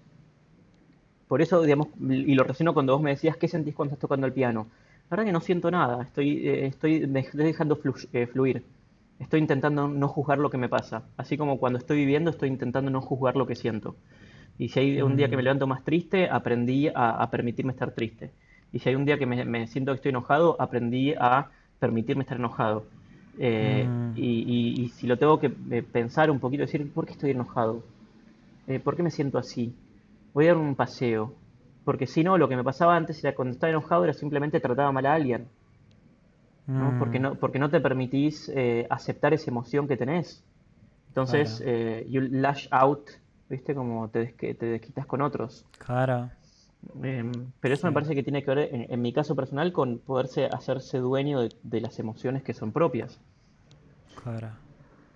Por eso, digamos, y lo relaciono cuando vos me decías qué sentís cuando estás tocando el piano. La verdad que no siento nada, me estoy dejando fluir. Estoy intentando no juzgar lo que me pasa. Así como cuando estoy viviendo, estoy intentando no juzgar lo que siento. Y si hay un día que me Mm, levanto más triste, aprendí a permitirme estar triste. Y si hay un día que me siento que estoy enojado, aprendí a permitirme estar enojado. mm, Y si lo tengo que pensar un poquito, decir, ¿por qué estoy enojado? ¿Por qué me siento así? Voy a dar un paseo. Porque si no, lo que me pasaba antes era cuando estaba enojado era simplemente trataba mal a alguien, ¿no? mm, Porque no te permitís aceptar esa emoción que tenés. Entonces, claro, you lash out, ¿viste? Como te desquitas con otros. claro. Pero eso me Sí, parece que tiene que ver, en mi caso personal, con hacerse dueño de las emociones que son propias. claro.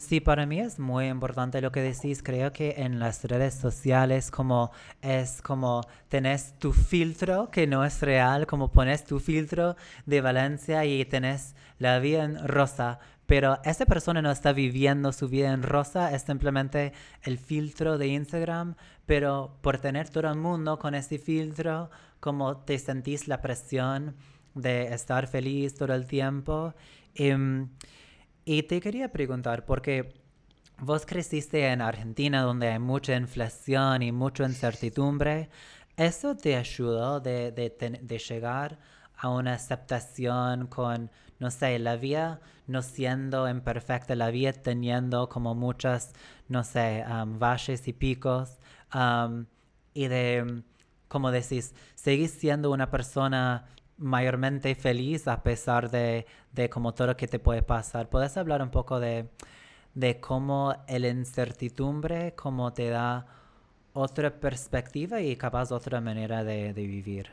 Sí, para mí es muy importante lo que decís. Creo que en las redes sociales como es como tenés tu filtro que no es real, como pones tu filtro de Valencia y tenés la vida en rosa. Pero esa persona no está viviendo su vida en rosa, es simplemente el filtro de Instagram. Pero por tener todo el mundo con ese filtro, como te sentís la presión de estar feliz todo el tiempo. Y, y te quería preguntar, porque vos creciste en Argentina donde hay mucha inflación y mucha incertidumbre. ¿Eso te ayudó de llegar a una aceptación con, no sé, la vida no siendo imperfecta, la vida teniendo como muchas, no sé, valles y picos? um, y de, como decís, seguís siendo una persona mayormente feliz a pesar de como todo lo que te puede pasar. ¿Puedes hablar un poco de cómo el incertidumbre como te da otra perspectiva y capaz otra manera de vivir?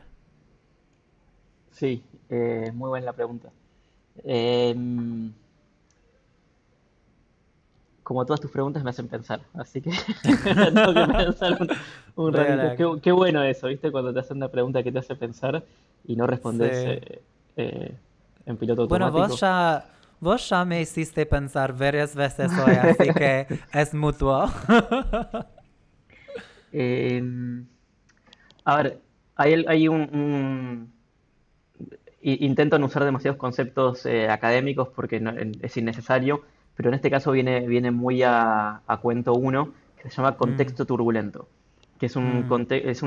Sí, muy buena la pregunta. Eh, Como todas tus preguntas me hacen pensar, así que la tengo que pensar un ratito. Really? Qué bueno eso, ¿viste? Cuando te hacen una pregunta que te hace pensar y no respondes Sí. eh, en piloto Bueno, automático. vos ya me hiciste pensar varias veces hoy, así que es mutuo. Eh, a ver, hay intento no usar demasiados conceptos académicos porque es innecesario, pero en este caso viene muy a cuento uno, que se llama Mm, contexto turbulento, que es mm,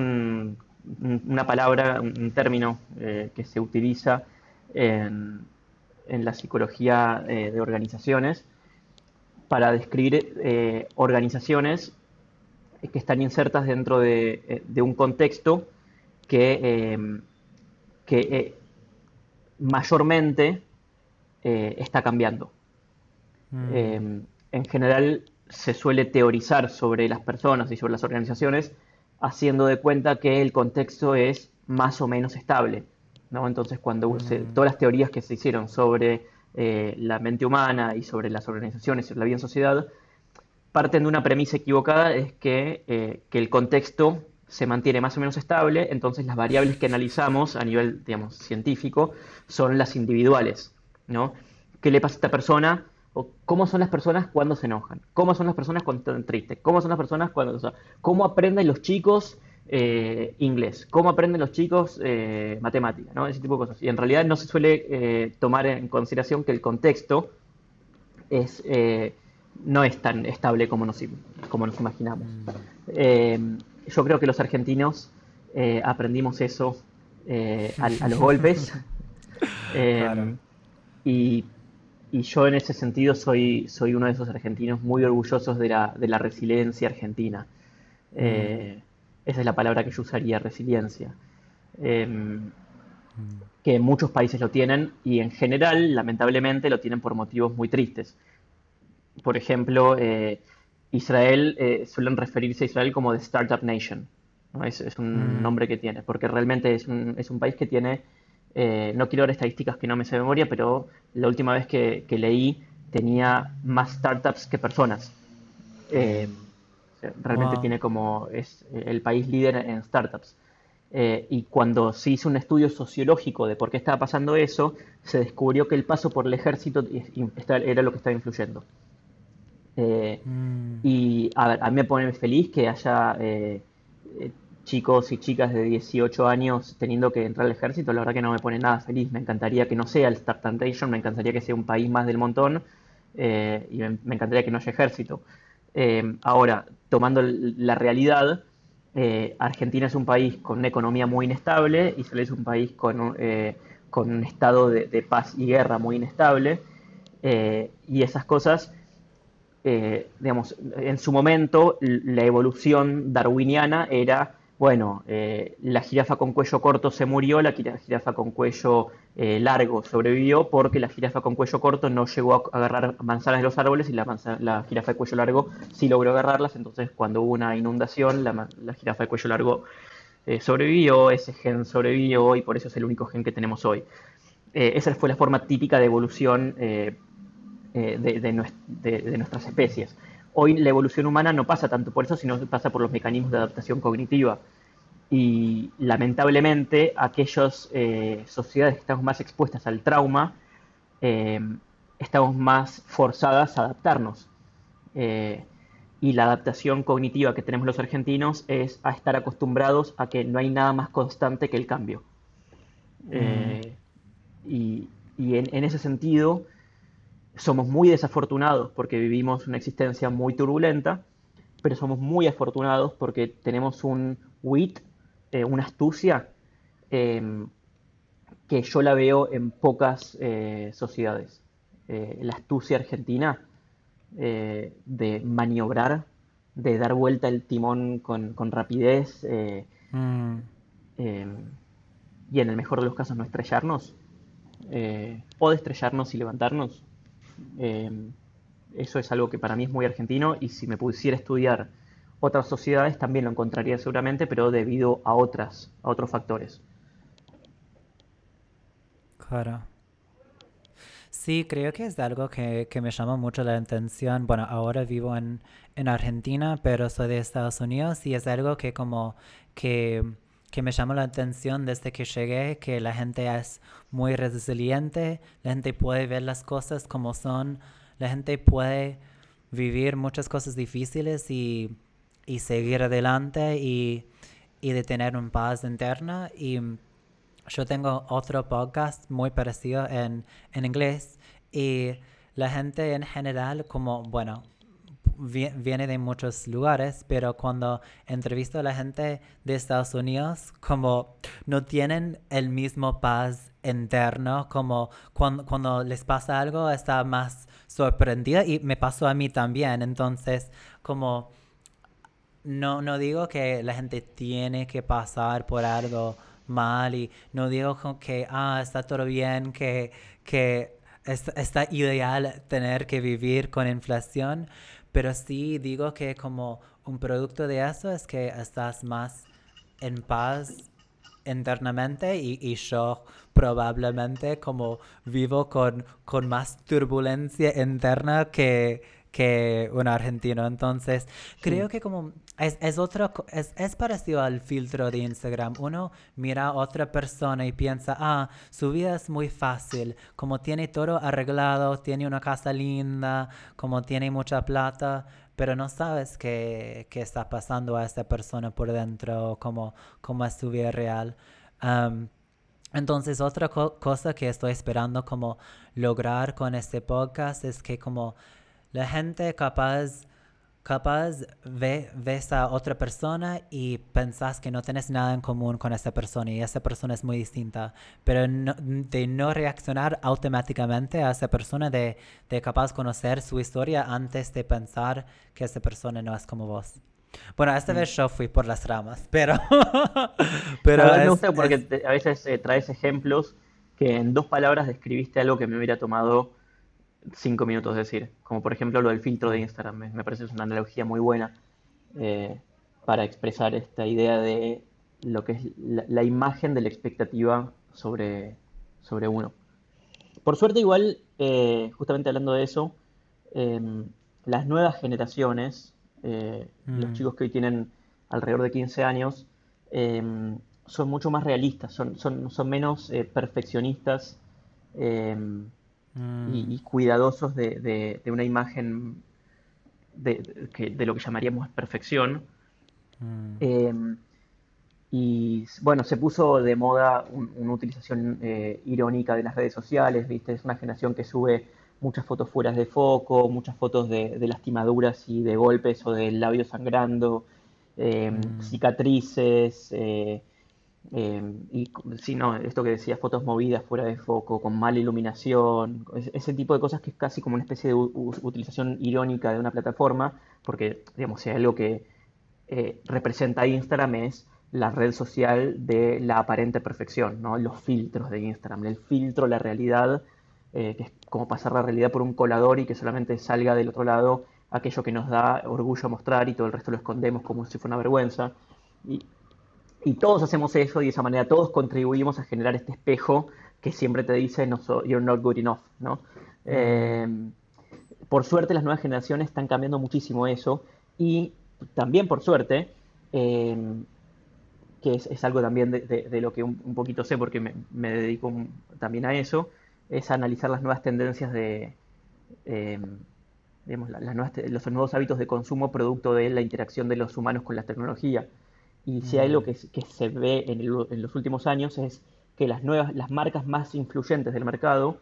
una palabra, un término que se utiliza en, en la psicología de organizaciones para describir organizaciones que están insertas dentro de un contexto que, que mayormente está cambiando. mm, En general se suele teorizar sobre las personas y sobre las organizaciones haciendo de cuenta que el contexto es más o menos estable, ¿no? Entonces, mm, todas las teorías que se hicieron sobre la mente humana y sobre las organizaciones y la vida en sociedad parten de una premisa equivocada, es que el contexto se mantiene más o menos estable, entonces las variables que analizamos a nivel, digamos, científico son las individuales, ¿no? ¿Qué le pasa a esta persona? O ¿cómo son las personas cuando se enojan? ¿Cómo son las personas cuando están tristes? ¿Cómo son las personas cuando... O sea, ¿cómo aprenden los chicos inglés? ¿Cómo aprenden los chicos matemáticas? ¿No? Ese tipo de cosas. Y en realidad no se suele tomar en consideración que el contexto es, no es tan estable como nos imaginamos. mm. Eh, yo creo que los argentinos aprendimos eso a los golpes Claro. eh, y, y, yo en ese sentido soy uno de esos argentinos muy orgullosos de la resiliencia argentina. Mm, Eh, Esa es la palabra que yo usaría, resiliencia. Eh, mm, que muchos países lo tienen y en general, lamentablemente, lo tienen por motivos muy tristes. Por ejemplo, Israel, suelen referirse a Israel como The Startup Nation, ¿no? Es un mm, nombre que tiene, porque realmente es un país que tiene, no quiero dar estadísticas que no me sé de memoria, pero la última vez que leí tenía más startups que personas. O sea, realmente wow. tiene como, es el país líder en startups. Y cuando se hizo un estudio sociológico de por qué estaba pasando eso, se descubrió que el paso por el ejército era lo que estaba influyendo. Eh, Mm, y a ver, a mí me pone feliz que haya chicos y chicas de 18 años teniendo que entrar al ejército. La verdad que no me pone nada feliz. Me encantaría que no sea el Startup Nation, me encantaría que sea un país más del montón y me encantaría que no haya ejército. Ahora, tomando la realidad, Argentina es un país con una economía muy inestable, Israel es un país con un estado de paz y guerra muy inestable. Y esas cosas digamos, en su momento la evolución darwiniana era, bueno, la jirafa con cuello corto se murió, la jirafa con cuello largo sobrevivió porque la jirafa con cuello corto no llegó a agarrar manzanas de los árboles y la jirafa de cuello largo sí logró agarrarlas, entonces cuando hubo una inundación la jirafa de cuello largo sobrevivió, ese gen sobrevivió y por eso es el único gen que tenemos hoy. Esa fue la forma típica de evolución de nuestras especies. Hoy la evolución humana no pasa tanto por eso, sino que pasa por los mecanismos de adaptación cognitiva. Y lamentablemente aquellas sociedades que estamos más expuestas al trauma, eh, estamos más forzadas a adaptarnos. Eh, y la adaptación cognitiva que tenemos los argentinos es a estar acostumbrados a que no hay nada más constante que el cambio. Mm, Eh, y en ese sentido somos muy desafortunados porque vivimos una existencia muy turbulenta, pero somos muy afortunados porque tenemos un wit, una astucia, eh, que yo la veo en pocas sociedades. La astucia argentina, de maniobrar, de dar vuelta el timón con rapidez, mm. eh, y en el mejor de los casos no estrellarnos, o de estrellarnos y levantarnos. Eh, Eso es algo que para mí es muy argentino, y si me pusiera estudiar otras sociedades también lo encontraría seguramente, pero debido a otros factores. Claro. Sí, creo que es algo que me llama mucho la atención. Bueno, ahora vivo en Argentina, pero soy de Estados Unidos y es algo que como que, que me llama la atención desde que llegué, que la gente es muy resiliente, la gente puede ver las cosas como son, la gente puede vivir muchas cosas difíciles y seguir adelante y de tener una paz interna. Y yo tengo otro podcast muy parecido en inglés y la gente en general, como, bueno, viene de muchos lugares, pero cuando entrevisto a la gente de Estados Unidos, como no tienen el mismo paz interno, como cuando les pasa algo, está más sorprendida y me pasó a mí también. Entonces, como no digo que la gente tiene que pasar por algo mal y no digo que está todo bien, que está ideal tener que vivir con inflación, pero sí digo que como un producto de eso es que estás más en paz internamente y yo probablemente como vivo con más turbulencia interna que un argentino. Entonces, Sí. creo que como es parecido al filtro de Instagram. Uno mira a otra persona y piensa, su vida es muy fácil, como tiene todo arreglado, tiene una casa linda, como tiene mucha plata, pero no sabes qué está pasando a esta persona por dentro, cómo es su vida real. Um, entonces, otra cosa que estoy esperando como lograr con este podcast es que como la gente capaz ves a otra persona y pensás que no tienes nada en común con esa persona y esa persona es muy distinta, pero de no reaccionar automáticamente a esa persona, de capaz conocer su historia antes de pensar que esa persona no es como vos. Bueno, esta Mm. vez yo fui por las ramas, pero, No, pero igual me gusta porque es a veces traes ejemplos que en 2 palabras describiste algo que me hubiera tomado 5 minutos decir. Como por ejemplo lo del filtro de Instagram. Me parece que es una analogía muy buena, eh, para expresar esta idea de lo que es la imagen de la expectativa sobre uno. Por suerte igual, justamente hablando de eso, eh, las nuevas generaciones, los mm, chicos que hoy tienen alrededor de 15 años, eh, son mucho más realistas, son menos perfeccionistas, eh, mm, y cuidadosos de una imagen de lo que llamaríamos perfección. mm, Eh, y bueno, se puso de moda una utilización irónica de las redes sociales, ¿viste? Es una generación que sube muchas fotos fuera de foco, muchas fotos de lastimaduras y de golpes o del labio sangrando, mm, cicatrices, y sí, no, esto que decía, fotos movidas fuera de foco, con mala iluminación, ese tipo de cosas que es casi como una especie de utilización irónica de una plataforma, porque, digamos, si hay algo que representa Instagram es la red social de la aparente perfección, ¿no? Los filtros de Instagram, el filtro, la realidad, que es como pasar la realidad por un colador y que solamente salga del otro lado aquello que nos da orgullo mostrar y todo el resto lo escondemos como si fuera una vergüenza. Y, y todos hacemos eso y de esa manera todos contribuimos a generar este espejo que siempre te dice no you're not good enough, ¿no? mm, Eh, por suerte las nuevas generaciones están cambiando muchísimo eso y también por suerte, eh, que es algo también de lo que un poquito sé porque me dedico también a eso, es analizar las nuevas tendencias eh, digamos, los nuevos hábitos de consumo producto de la interacción de los humanos con la tecnología. Y si hay algo Mm, que se ve en los últimos años es que las marcas más influyentes del mercado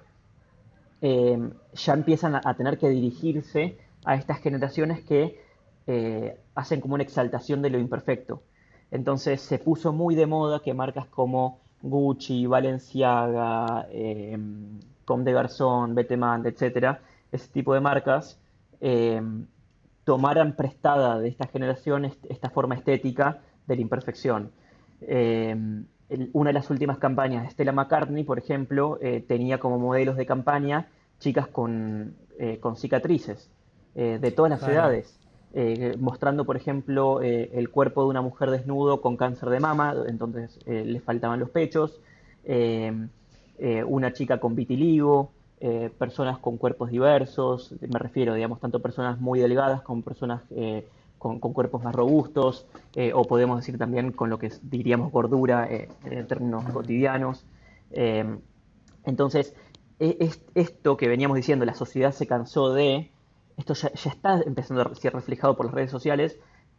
ya empiezan a tener que dirigirse a estas generaciones que hacen como una exaltación de lo imperfecto. Entonces se puso muy de moda que marcas como Gucci, Balenciaga, Comme des Garçons, Betemant, etcétera, ese tipo de marcas, eh, tomaran prestada de esta generación esta forma estética de la imperfección. Eh, una de las últimas campañas de Stella McCartney, por ejemplo, tenía como modelos de campaña chicas con cicatrices de todas las claro. edades, mostrando, por ejemplo, el cuerpo de una mujer desnudo con cáncer de mama, entonces le faltaban los pechos, eh, una chica con vitiligo, personas con cuerpos diversos, me refiero, digamos, tanto personas muy delgadas como personas con cuerpos más robustos, o podemos decir también con lo que diríamos gordura en términos Mm, cotidianos. Eh, entonces, esto que veníamos diciendo, la sociedad se cansó esto ya está empezando a ser reflejado por las redes sociales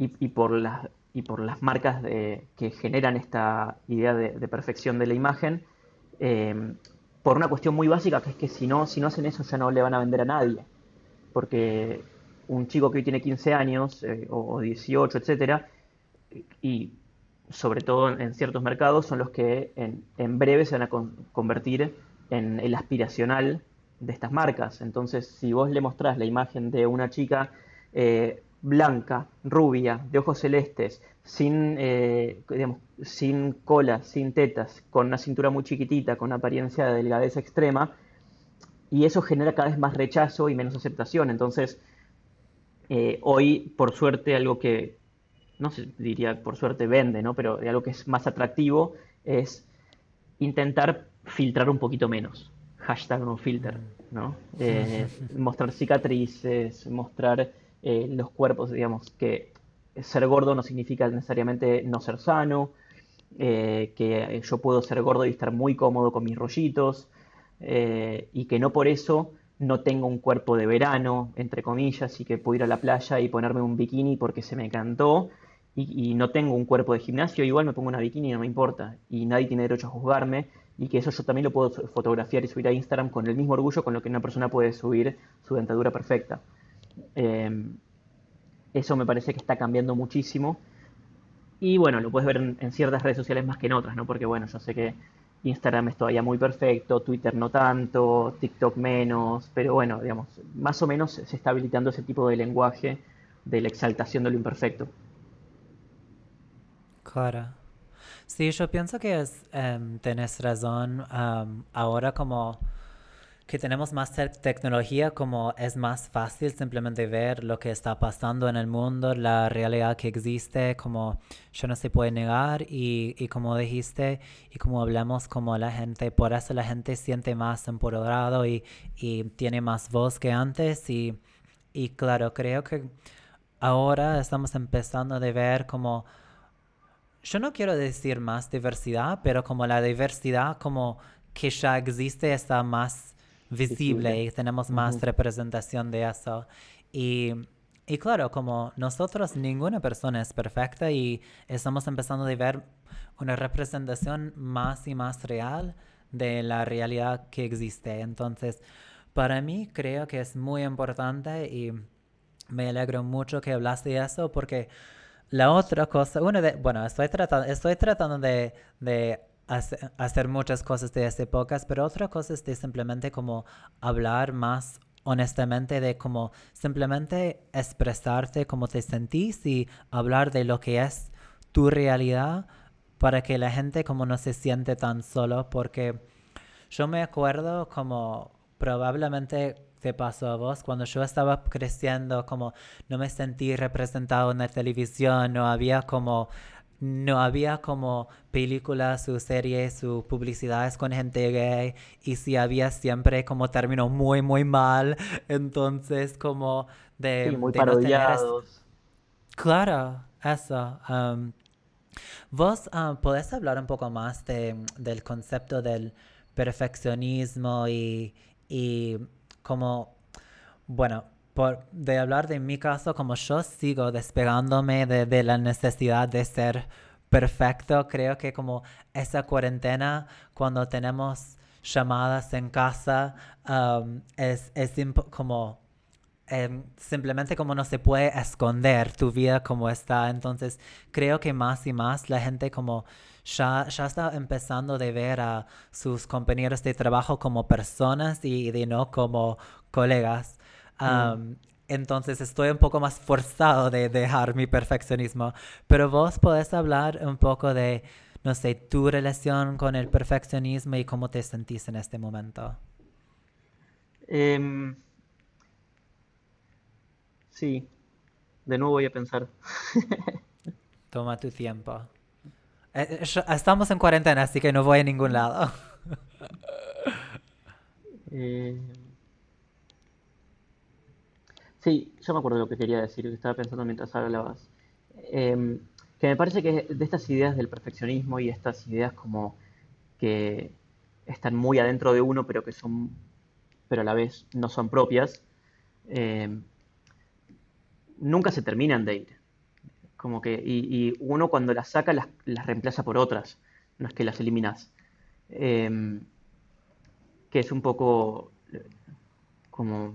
y por las marcas que generan esta idea de perfección de la imagen, eh, por una cuestión muy básica, que es que si no hacen eso ya no le van a vender a nadie. Porque un chico que hoy tiene 15 años o 18, etcétera, y sobre todo en ciertos mercados, son los que en breve se van a convertir en el aspiracional de estas marcas. Entonces, si vos le mostrás la imagen de una chica blanca, rubia, de ojos celestes, digamos, sin cola, sin tetas, con una cintura muy chiquitita, con una apariencia de delgadez extrema, y eso genera cada vez más rechazo y menos aceptación. Entonces, hoy, por suerte, algo que, no sé, diría por suerte vende, ¿no? Pero algo que es más atractivo es intentar filtrar un poquito menos. Hashtag no filter, mm. ¿no? Mostrar cicatrices, mostrar los cuerpos, digamos, que ser gordo no significa necesariamente no ser sano, que yo puedo ser gordo y estar muy cómodo con mis rollitos, y que no por eso no tengo un cuerpo de verano, entre comillas, y que puedo ir a la playa y ponerme un bikini porque se me cantó, y no tengo un cuerpo de gimnasio, igual me pongo una bikini y no me importa, y nadie tiene derecho a juzgarme, y que eso yo también lo puedo fotografiar y subir a Instagram con el mismo orgullo con lo que una persona puede subir su dentadura perfecta. Eh, Eso me parece que está cambiando muchísimo y bueno, lo puedes ver en ciertas redes sociales más que en otras, ¿no? Porque bueno, yo sé que Instagram es todavía muy perfecto, Twitter no tanto, TikTok menos, pero bueno, digamos, más o menos se está habilitando ese tipo de lenguaje de la exaltación de lo imperfecto. Claro. Sí, yo pienso que tenés razón. Ahora como que tenemos más tecnología, como es más fácil simplemente ver lo que está pasando en el mundo, la realidad que existe, como yo no se puede negar y como dijiste y como hablamos, como la gente, por eso la gente siente más empoderado y tiene más voz que antes y claro, creo que ahora estamos empezando a ver como yo no quiero decir más diversidad, pero como la diversidad como que ya existe está más Visible. visible y tenemos más Ujú. representación de eso. Y, y claro, como nosotros, ninguna persona es perfecta y estamos empezando a ver una representación más y más real de la realidad que existe. Entonces, para mí creo que es muy importante y me alegro mucho que hablaste de eso porque la otra cosa, bueno, estoy tratando de hacer muchas cosas de este podcast, pero otra cosa es de simplemente como hablar más honestamente de cómo simplemente expresarte cómo te sentís y hablar de lo que es tu realidad para que la gente como no se siente tan solo porque yo me acuerdo como probablemente te pasó a vos, cuando yo estaba creciendo, como no me sentí representado en la televisión, no había como no había como películas o series o publicidades con gente gay y si había siempre como terminó muy muy mal, entonces como Sí, muy de no tener parodiados. claro, eso. Vos podés hablar un poco más del concepto del perfeccionismo y como, bueno, de hablar de mi caso, como yo sigo despegándome de la necesidad de ser perfecto, creo que como esa cuarentena, cuando tenemos llamadas en casa, como simplemente como no se puede esconder tu vida como está. Entonces creo que más y más la gente como ya está empezando de ver a sus compañeros de trabajo como personas y de no como colegas. Mm. Entonces estoy un poco más forzado de dejar mi perfeccionismo. Pero vos podés hablar un poco de, no sé, tu relación con el perfeccionismo y cómo te sentís en este momento. Em, sí, de nuevo voy a pensar. Toma tu tiempo. Estamos en cuarentena, así que no voy a ningún lado. Eh, sí, yo me acuerdo de lo que quería decir, que estaba pensando mientras hablabas. Em, que me parece que de estas ideas del perfeccionismo y estas ideas como que están muy adentro de uno, pero que son, pero a la vez no son propias, em, nunca se terminan de ir. Como que, y uno cuando las saca las reemplaza por otras, no es que las eliminas. Em, que es un poco como...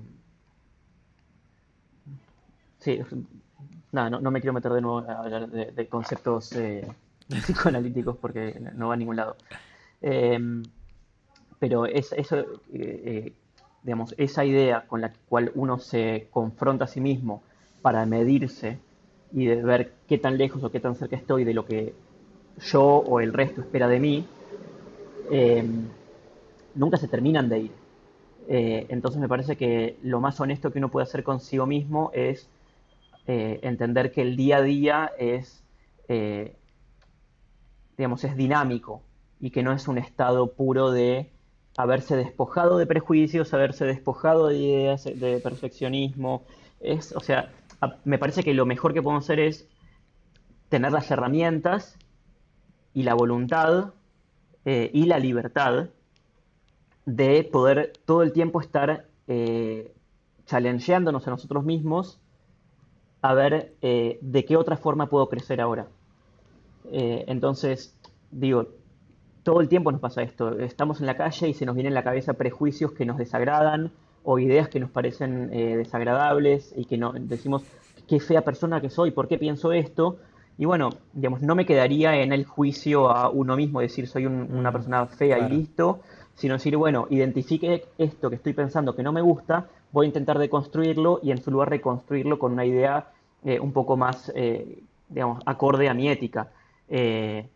Sí, nada, no me quiero meter de nuevo a hablar de conceptos psicoanalíticos porque no va a ningún lado. Em, pero eso, digamos, esa idea con la cual uno se confronta a sí mismo para medirse y de ver qué tan lejos o qué tan cerca estoy de lo que yo o el resto espera de mí, em, nunca se terminan de ir. Entonces me parece que lo más honesto que uno puede hacer consigo mismo es entender que el día a día es, eh, digamos, es dinámico y que no es un estado puro de haberse despojado de prejuicios, haberse despojado de ideas, de perfeccionismo. Es, o sea, me parece que lo mejor que podemos hacer es tener las herramientas y la voluntad y la libertad de poder todo el tiempo estar challengeándonos a nosotros mismos a ver de qué otra forma puedo crecer ahora. Entonces, digo, todo el tiempo nos pasa esto. Estamos en la calle y se nos vienen a la cabeza prejuicios que nos desagradan o ideas que nos parecen desagradables y que no, decimos, qué fea persona que soy, ¿por qué pienso esto? Y bueno, digamos, no me quedaría en el juicio a uno mismo, decir soy una Mm, persona fea y claro, listo, sino decir, bueno, identifique esto que estoy pensando que no me gusta, voy a intentar deconstruirlo y en su lugar reconstruirlo con una idea un poco más, digamos, acorde a mi ética. Eh,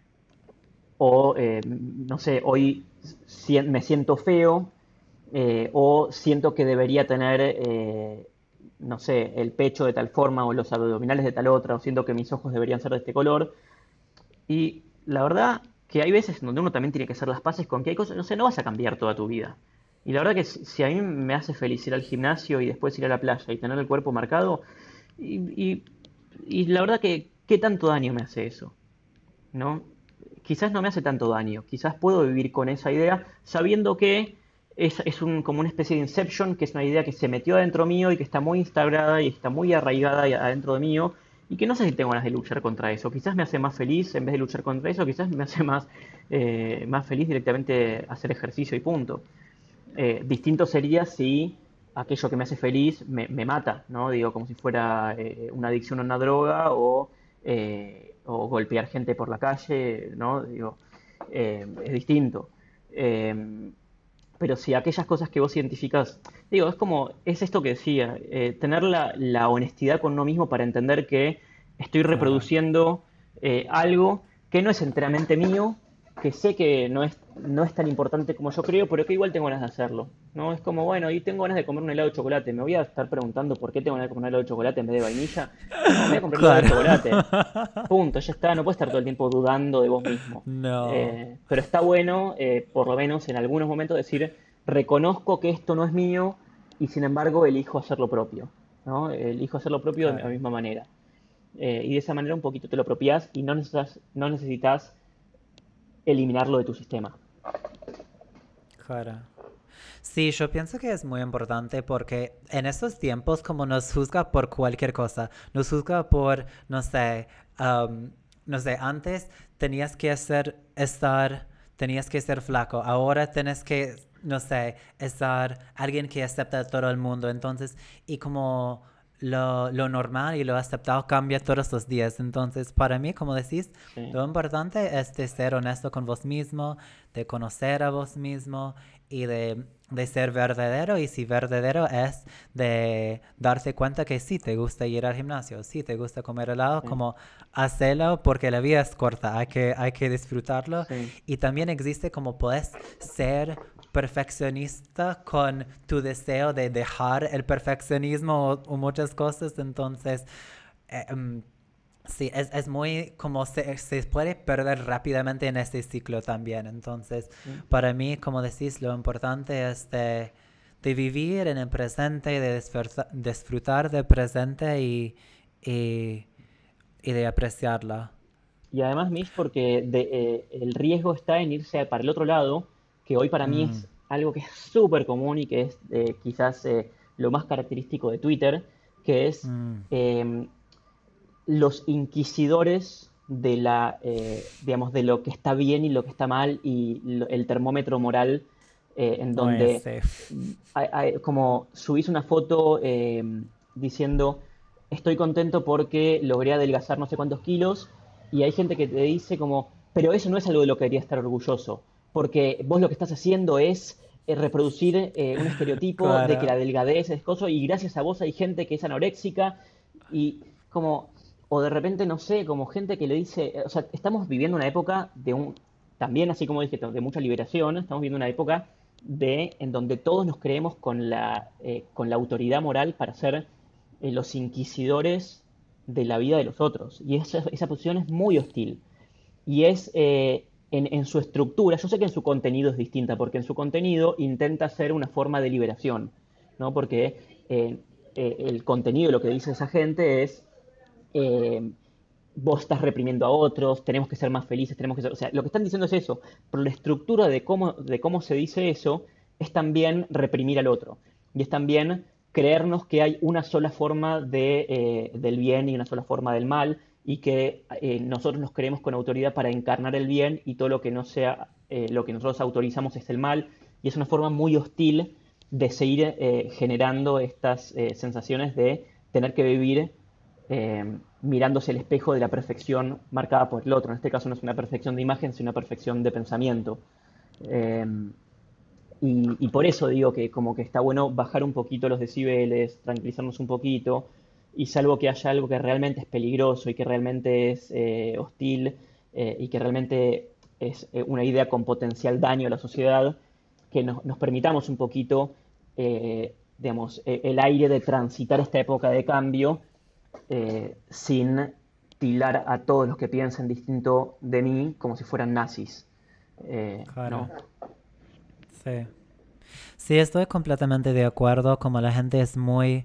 no sé, hoy me siento feo o siento que debería tener, no sé, el pecho de tal forma o los abdominales de tal otra, o siento que mis ojos deberían ser de este color. Y la verdad que hay veces donde uno también tiene que hacer las paces con que hay cosas, no sé, no vas a cambiar toda tu vida. Y la verdad que si a mí me hace feliz ir al gimnasio y después ir a la playa y tener el cuerpo marcado, y, y, y la verdad que, ¿qué tanto daño me hace eso? ¿No? Quizás no me hace tanto daño, quizás puedo vivir con esa idea sabiendo que es como una especie de inception, que es una idea que se metió adentro mío y que está muy instaurada y está muy arraigada adentro de mío y que no sé si tengo ganas de luchar contra eso. Quizás me hace más feliz en vez de luchar contra eso, quizás me hace más feliz directamente hacer ejercicio y punto. Distinto sería si aquello que me hace feliz me mata, ¿no? Digo, como si fuera una adicción a una droga o golpear gente por la calle, ¿no? Digo, es distinto. Eh, pero si aquellas cosas que vos identificás, digo, es como, es esto que decía, tener la honestidad con uno mismo para entender que estoy claro. reproduciendo algo que no es enteramente mío, que sé que no es tan importante como yo creo, pero que igual tengo ganas de hacerlo, ¿no? Es como, bueno, y tengo ganas de comer un helado de chocolate, me voy a estar preguntando por qué tengo ganas de comer un helado de chocolate en vez de vainilla. No, me voy a comprar un helado de Claro. chocolate. Punto, ya está, no puedes estar todo el tiempo dudando de vos mismo. No. Pero está bueno, por lo menos en algunos momentos, decir, reconozco que esto no es mío y sin embargo elijo hacer lo propio, ¿no? Elijo hacer lo propio de la Claro. misma manera. Y de esa manera un poquito te lo apropias y no necesitas eliminarlo de tu sistema. Claro. Sí, yo pienso que es muy importante porque en estos tiempos como nos juzga por cualquier cosa, nos juzga por, um, no sé, antes tenías que ser flaco, ahora tienes que, no sé, estar alguien que acepta a todo el mundo, entonces, y como lo normal y lo aceptado cambia todos los días, entonces para mí, como decís, Sí. lo importante es de ser honesto con vos mismo, de conocer a vos mismo y de ser verdadero. Y si verdadero es de darse cuenta que sí te gusta ir al gimnasio, sí te gusta comer helado, Sí, como hacerlo porque la vida es corta, hay que disfrutarlo. sí. Y también existe como puedes ser perfeccionista con tu deseo de dejar el perfeccionismo o muchas cosas, entonces eh, um, sí, es muy como se puede perder rápidamente en este ciclo también. Entonces, Mm. para mí, como decís, lo importante es de vivir en el presente, de disfrutar del presente y, y de apreciarla. Y además, Mish, porque el riesgo está en irse para el otro lado, que hoy para mí Mm, es algo que es súper común y que es quizás lo más característico de Twitter, que es mm. eh, los inquisidores de digamos, de lo que está bien y lo que está mal y el termómetro moral en Oye, donde sí. como subís una foto diciendo estoy contento porque logré adelgazar no sé cuántos kilos y hay gente que te dice como, pero eso no es algo de lo que debería estar orgulloso, porque vos lo que estás haciendo es reproducir un estereotipo de que Claro. la delgadez es coso y gracias a vos hay gente que es anoréxica y como, o de repente, no sé, como gente que le dice, o sea, estamos viviendo una época también así como dije, de mucha liberación, estamos viviendo una época en donde todos nos creemos con la autoridad moral para ser los inquisidores de la vida de los otros. Y esa posición es muy hostil. Y es en su estructura, yo sé que en su contenido es distinta, porque en su contenido intenta ser una forma de liberación, ¿no? Porque el contenido de lo que dice esa gente es eh, vos estás reprimiendo a otros, tenemos que ser más felices, tenemos que ser... O sea, lo que están diciendo es eso, pero la estructura de cómo se dice eso es también reprimir al otro. Y es también creernos que hay una sola forma del bien y una sola forma del mal, y que nosotros nos creemos con autoridad para encarnar el bien y todo lo que no sea lo que nosotros autorizamos es el mal. Y es una forma muy hostil de seguir generando estas sensaciones de tener que vivir mirándose el espejo de la perfección marcada por el otro. En este caso no es una perfección de imagen, sino una perfección de pensamiento. Eh, y por eso digo que como que está bueno bajar un poquito los decibeles, tranquilizarnos un poquito, y salvo que haya algo que realmente es peligroso y que realmente es hostil y que realmente es una idea con potencial daño a la sociedad, que nos permitamos un poquito, digamos, el aire de transitar esta época de cambio sin tilar a todos los que piensen distinto de mí como si fueran nazis. Claro. ¿No? Sí. Sí, estoy completamente de acuerdo. Como la gente es muy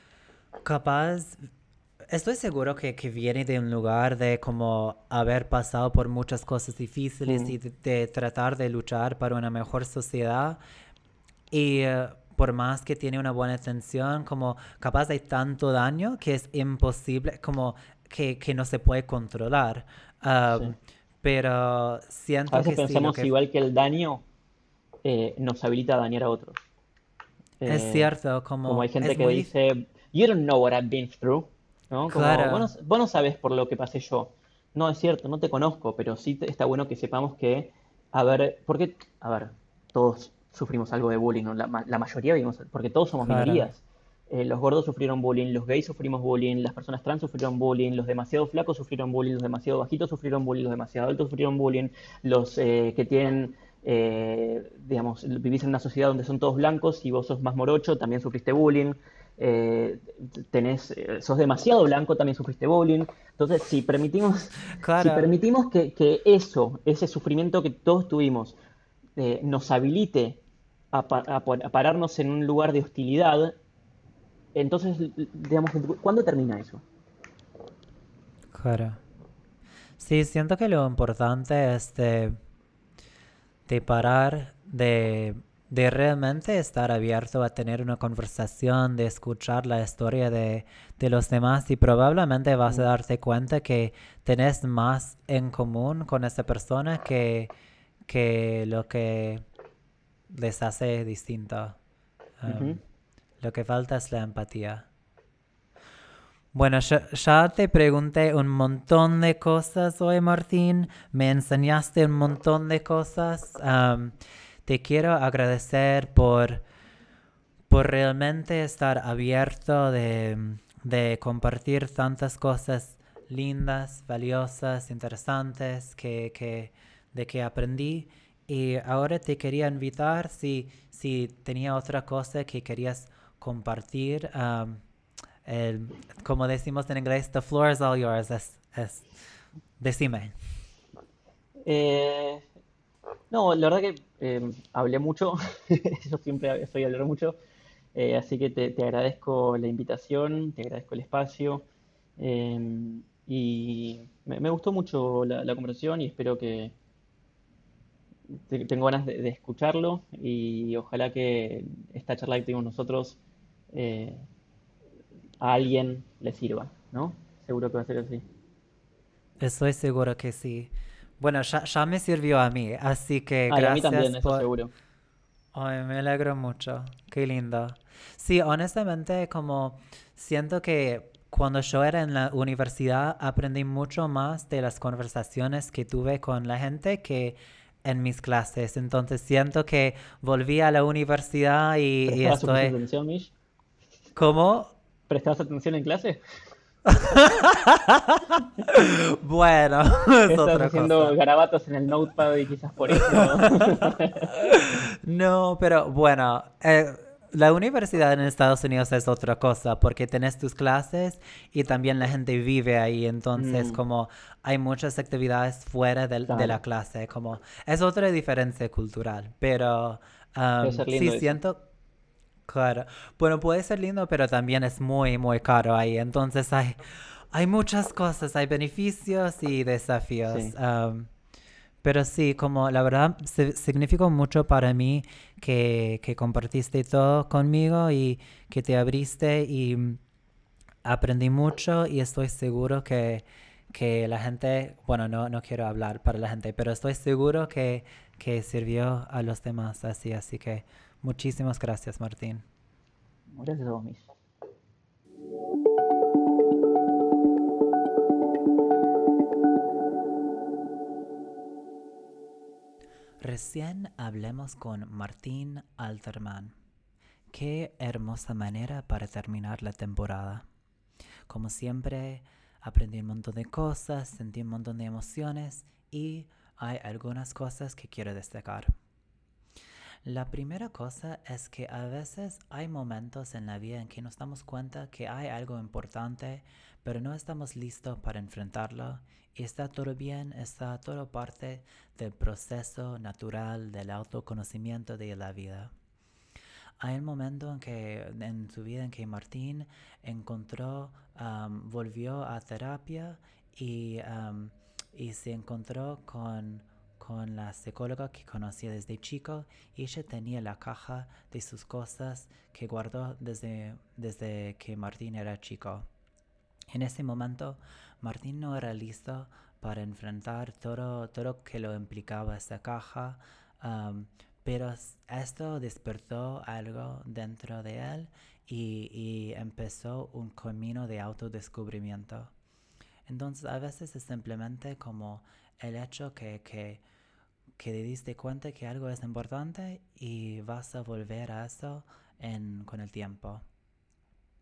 capaz. Estoy seguro que viene de un lugar de como haber pasado por muchas cosas difíciles Mm, y de tratar de luchar para una mejor sociedad. Y por más que tiene una buena intención, como capaz hay tanto daño que es imposible, como que no se puede controlar. sí. Um, pero A siento veces que sí, lo pensamos que igual que el daño nos habilita a dañar a otros. es Eh, cierto, Como hay como gente es que muy dice, You don't know what I've been through, ¿no? Como, claro, vos no sabes por lo que pasé yo. No es cierto, no te conozco, pero sí está bueno que sepamos que, a ver, porque, a ver, todos sufrimos algo de bullying, ¿no? La mayoría vivimos, porque todos somos claro, minorías. los gordos sufrieron bullying, los gays sufrimos bullying, las personas trans sufrieron bullying, los demasiado flacos sufrieron bullying, los demasiado bajitos sufrieron bullying, los demasiado altos sufrieron bullying, los que tienen, digamos, vivís en una sociedad donde son todos blancos y vos sos más morocho, también sufriste bullying. Eh, sos demasiado blanco, también sufriste bullying. Entonces, si Claro, permitimos que eso, ese sufrimiento que todos tuvimos, nos habilite a pararnos en un lugar de hostilidad, entonces, digamos, ¿cuándo termina eso? claro. Sí, siento que lo importante es de parar, de realmente estar abierto a tener una conversación, de escuchar la historia de los demás y probablemente vas a Mm, darte cuenta que tenés más en común con esa persona que lo que les hace distinto. ujú. Um, lo que falta es la empatía. Bueno, ya te pregunté un montón de cosas hoy, Martín. Me enseñaste un montón de cosas. Te quiero agradecer por realmente estar abierto de compartir tantas cosas lindas, valiosas, interesantes de que aprendí. Y ahora te quería invitar si tenía otra cosa que querías compartir. El, como decimos en inglés, the floor is all yours. Decime. Eh, no, la verdad que hablé mucho, yo siempre soy hablar mucho, así que te agradezco la invitación, te agradezco el espacio, y me gustó mucho la conversación y espero que tengo ganas de escucharlo y ojalá que esta charla que tuvimos nosotros eh, a alguien le sirva, ¿no? Seguro que va a ser así. Estoy seguro que sí. Bueno, ya me sirvió a mí, así que Ah, y a mí también, gracias eso por... seguro. Ay, me alegro mucho. Qué lindo. Sí, honestamente, como siento que cuando yo era en la universidad aprendí mucho más de las conversaciones que tuve con la gente que en mis clases. Entonces siento que volví a la universidad y ¿Prestabas suficiente estoy atención, Mish? como... ¿Prestabas atención en clase? Bueno, es Estás otra haciendo cosa. garabatos en el notepad y quizás por eso. No, pero bueno, la universidad en Estados Unidos es otra cosa porque tenés tus clases y también la gente vive ahí, entonces Mm, como hay muchas actividades fuera de la claro, clase, como es otra diferencia cultural, pero debe ser sí lindo eso. siento, claro, bueno, puede ser lindo, pero también es muy, muy caro ahí, entonces hay muchas cosas, hay beneficios y desafíos. Sí. Pero sí, como la verdad significó mucho para mí que compartiste todo conmigo y que te abriste y aprendí mucho y estoy seguro que la gente, bueno, no quiero hablar para la gente, pero estoy seguro que sirvió a los demás así que muchísimas gracias, Martín. Gracias a vos, Mish. Recién hablemos con Martín Alterman. Qué hermosa manera para terminar la temporada. Como siempre, aprendí un montón de cosas, sentí un montón de emociones y hay algunas cosas que quiero destacar. La primera cosa es que a veces hay momentos en la vida en que nos damos cuenta que hay algo importante, pero no estamos listos para enfrentarlo y está todo bien, está todo parte del proceso natural del autoconocimiento de la vida. Hay un momento en su vida en que Martín encontró, volvió a terapia y, y se encontró con la psicóloga que conocía desde chico y ella tenía la caja de sus cosas que guardó desde que Martín era chico. En ese momento, Martín no era listo para enfrentar todo que lo implicaba esa caja, um, pero esto despertó algo dentro de él y empezó un camino de autodescubrimiento. Entonces, a veces es simplemente como el hecho que te diste cuenta que algo es importante y vas a volver a eso con el tiempo.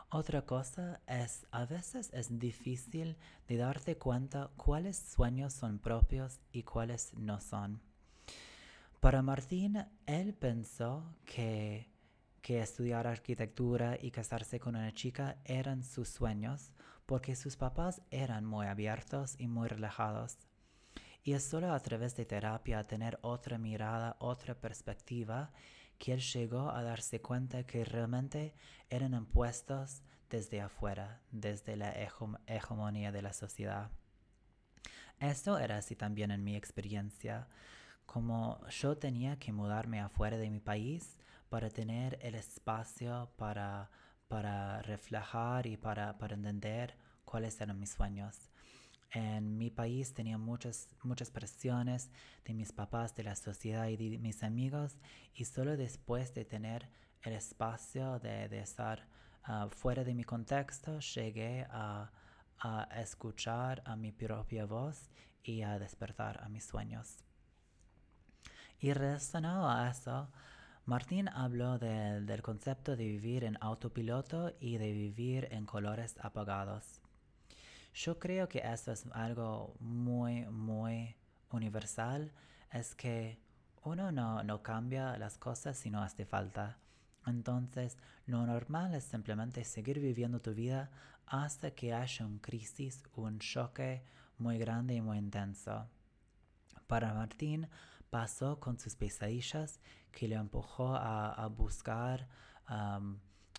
Otra cosa es, a veces es difícil de darte cuenta cuáles sueños son propios y cuáles no son. Para Martín, él pensó que estudiar arquitectura y casarse con una chica eran sus sueños porque sus papás eran muy abiertos y muy relajados. Y es solo a través de terapia, tener otra mirada, otra perspectiva, que él llegó a darse cuenta que realmente eran impuestos desde afuera, desde la hegemonía de la sociedad. Esto era así también en mi experiencia. Como yo tenía que mudarme afuera de mi país para tener el espacio para reflejar y para entender cuáles eran mis sueños. En mi país tenía muchas presiones de mis papás, de la sociedad y de mis amigos, y solo después de tener el espacio de estar fuera de mi contexto, llegué a escuchar a mi propia voz y a despertar a mis sueños. Y relacionado a eso, Martín habló del concepto de vivir en autopiloto y de vivir en colores apagados. Yo creo que eso es algo muy universal, es que uno no cambia las cosas si no hace falta. Entonces, lo normal es simplemente seguir viviendo tu vida hasta que haya una crisis, un choque muy grande y muy intenso. Para Martín pasó con sus pesadillas que le empujó a buscar um,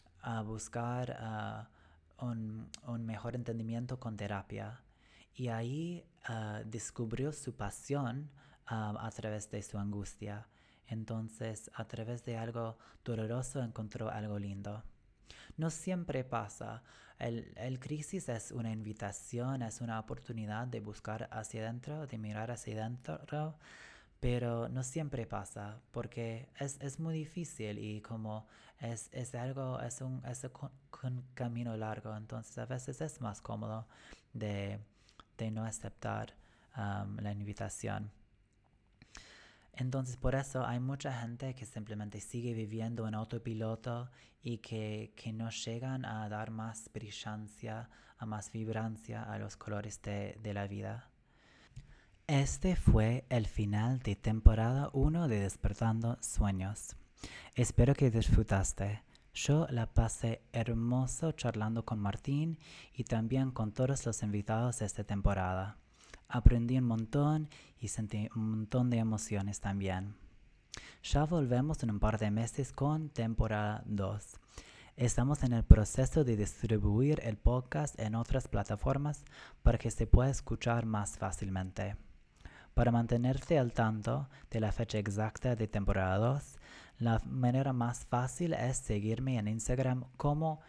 un mejor entendimiento con terapia. Y ahí descubrió su pasión a través de su angustia. Entonces, a través de algo doloroso encontró algo lindo. No siempre pasa. El crisis es una invitación, es una oportunidad de buscar hacia adentro, de mirar hacia adentro, pero no siempre pasa porque es muy difícil y como es algo, es un camino largo, entonces a veces es más cómodo de no aceptar la invitación. Entonces por eso hay mucha gente que simplemente sigue viviendo en autopiloto y que no llegan a dar más brillancia, a más vibrancia a los colores de la vida. Este fue el final de temporada 1 de Despertando Sueños. Espero que disfrutaste. Yo la pasé hermoso charlando con Martín y también con todos los invitados de esta temporada. Aprendí un montón y sentí un montón de emociones también. Ya volvemos en un par de meses con temporada 2. Estamos en el proceso de distribuir el podcast en otras plataformas para que se pueda escuchar más fácilmente. Para mantenerte al tanto de la fecha exacta de temporada 2, la manera más fácil es seguirme en Instagram como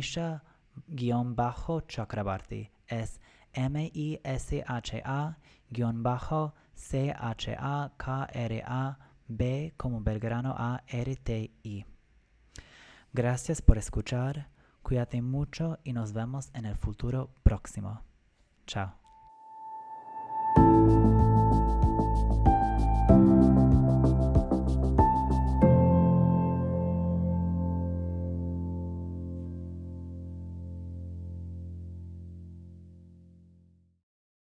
Misha-Chakrabarti. Es MISHA-CHAKRAB como Belgrano ARTI. Gracias por escuchar, cuídate mucho y nos vemos en el futuro próximo. Chao.